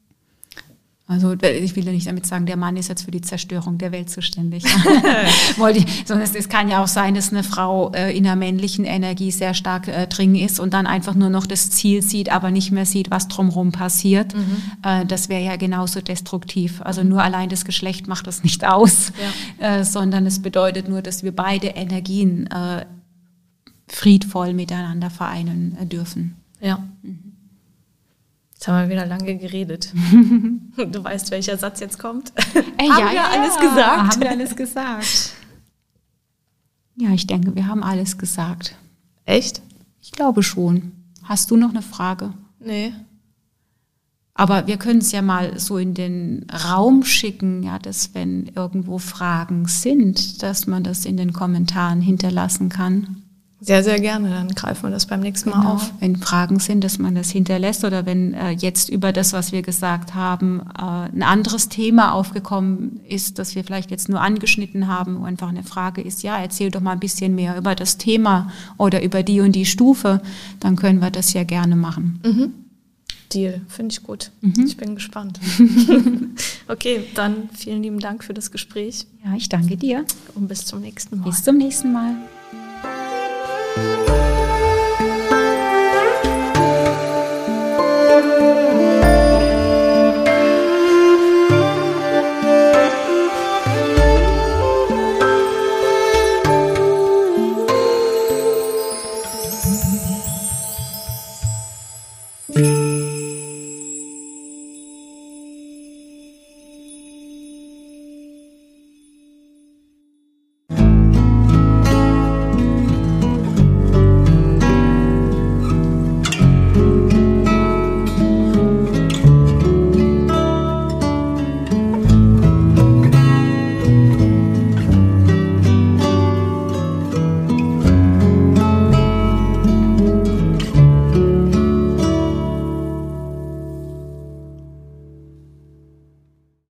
Also ich will ja nicht damit sagen, der Mann ist jetzt für die Zerstörung der Welt zuständig. Sondern es kann ja auch sein, dass eine Frau in der männlichen Energie sehr stark drin ist und dann einfach nur noch das Ziel sieht, aber nicht mehr sieht, was drumherum passiert. Das wäre ja genauso destruktiv. Also nur allein das Geschlecht macht das nicht aus, sondern es bedeutet nur, dass wir beide Energien friedvoll miteinander vereinen dürfen. Ja. Jetzt haben wir wieder lange geredet. Du weißt, welcher Satz jetzt kommt? Haben wir alles gesagt? Ja, ich denke, wir haben alles gesagt. Echt? Ich glaube schon. Hast du noch eine Frage? Nee. Aber wir können es ja mal so in den Raum schicken, ja, dass wenn irgendwo Fragen sind, dass man das in den Kommentaren hinterlassen kann. Sehr, sehr gerne, dann greifen wir das beim nächsten Mal auf. Wenn Fragen sind, dass man das hinterlässt oder wenn jetzt über das, was wir gesagt haben, ein anderes Thema aufgekommen ist, das wir vielleicht jetzt nur angeschnitten haben, wo einfach eine Frage ist, ja, erzähl doch mal ein bisschen mehr über das Thema oder über die und die Stufe, dann können wir das ja gerne machen. Mhm. Deal, finde ich gut. Ich bin gespannt. Okay, dann vielen lieben Dank für das Gespräch. Ja, ich danke dir. Und bis zum nächsten Mal. Bis zum nächsten Mal.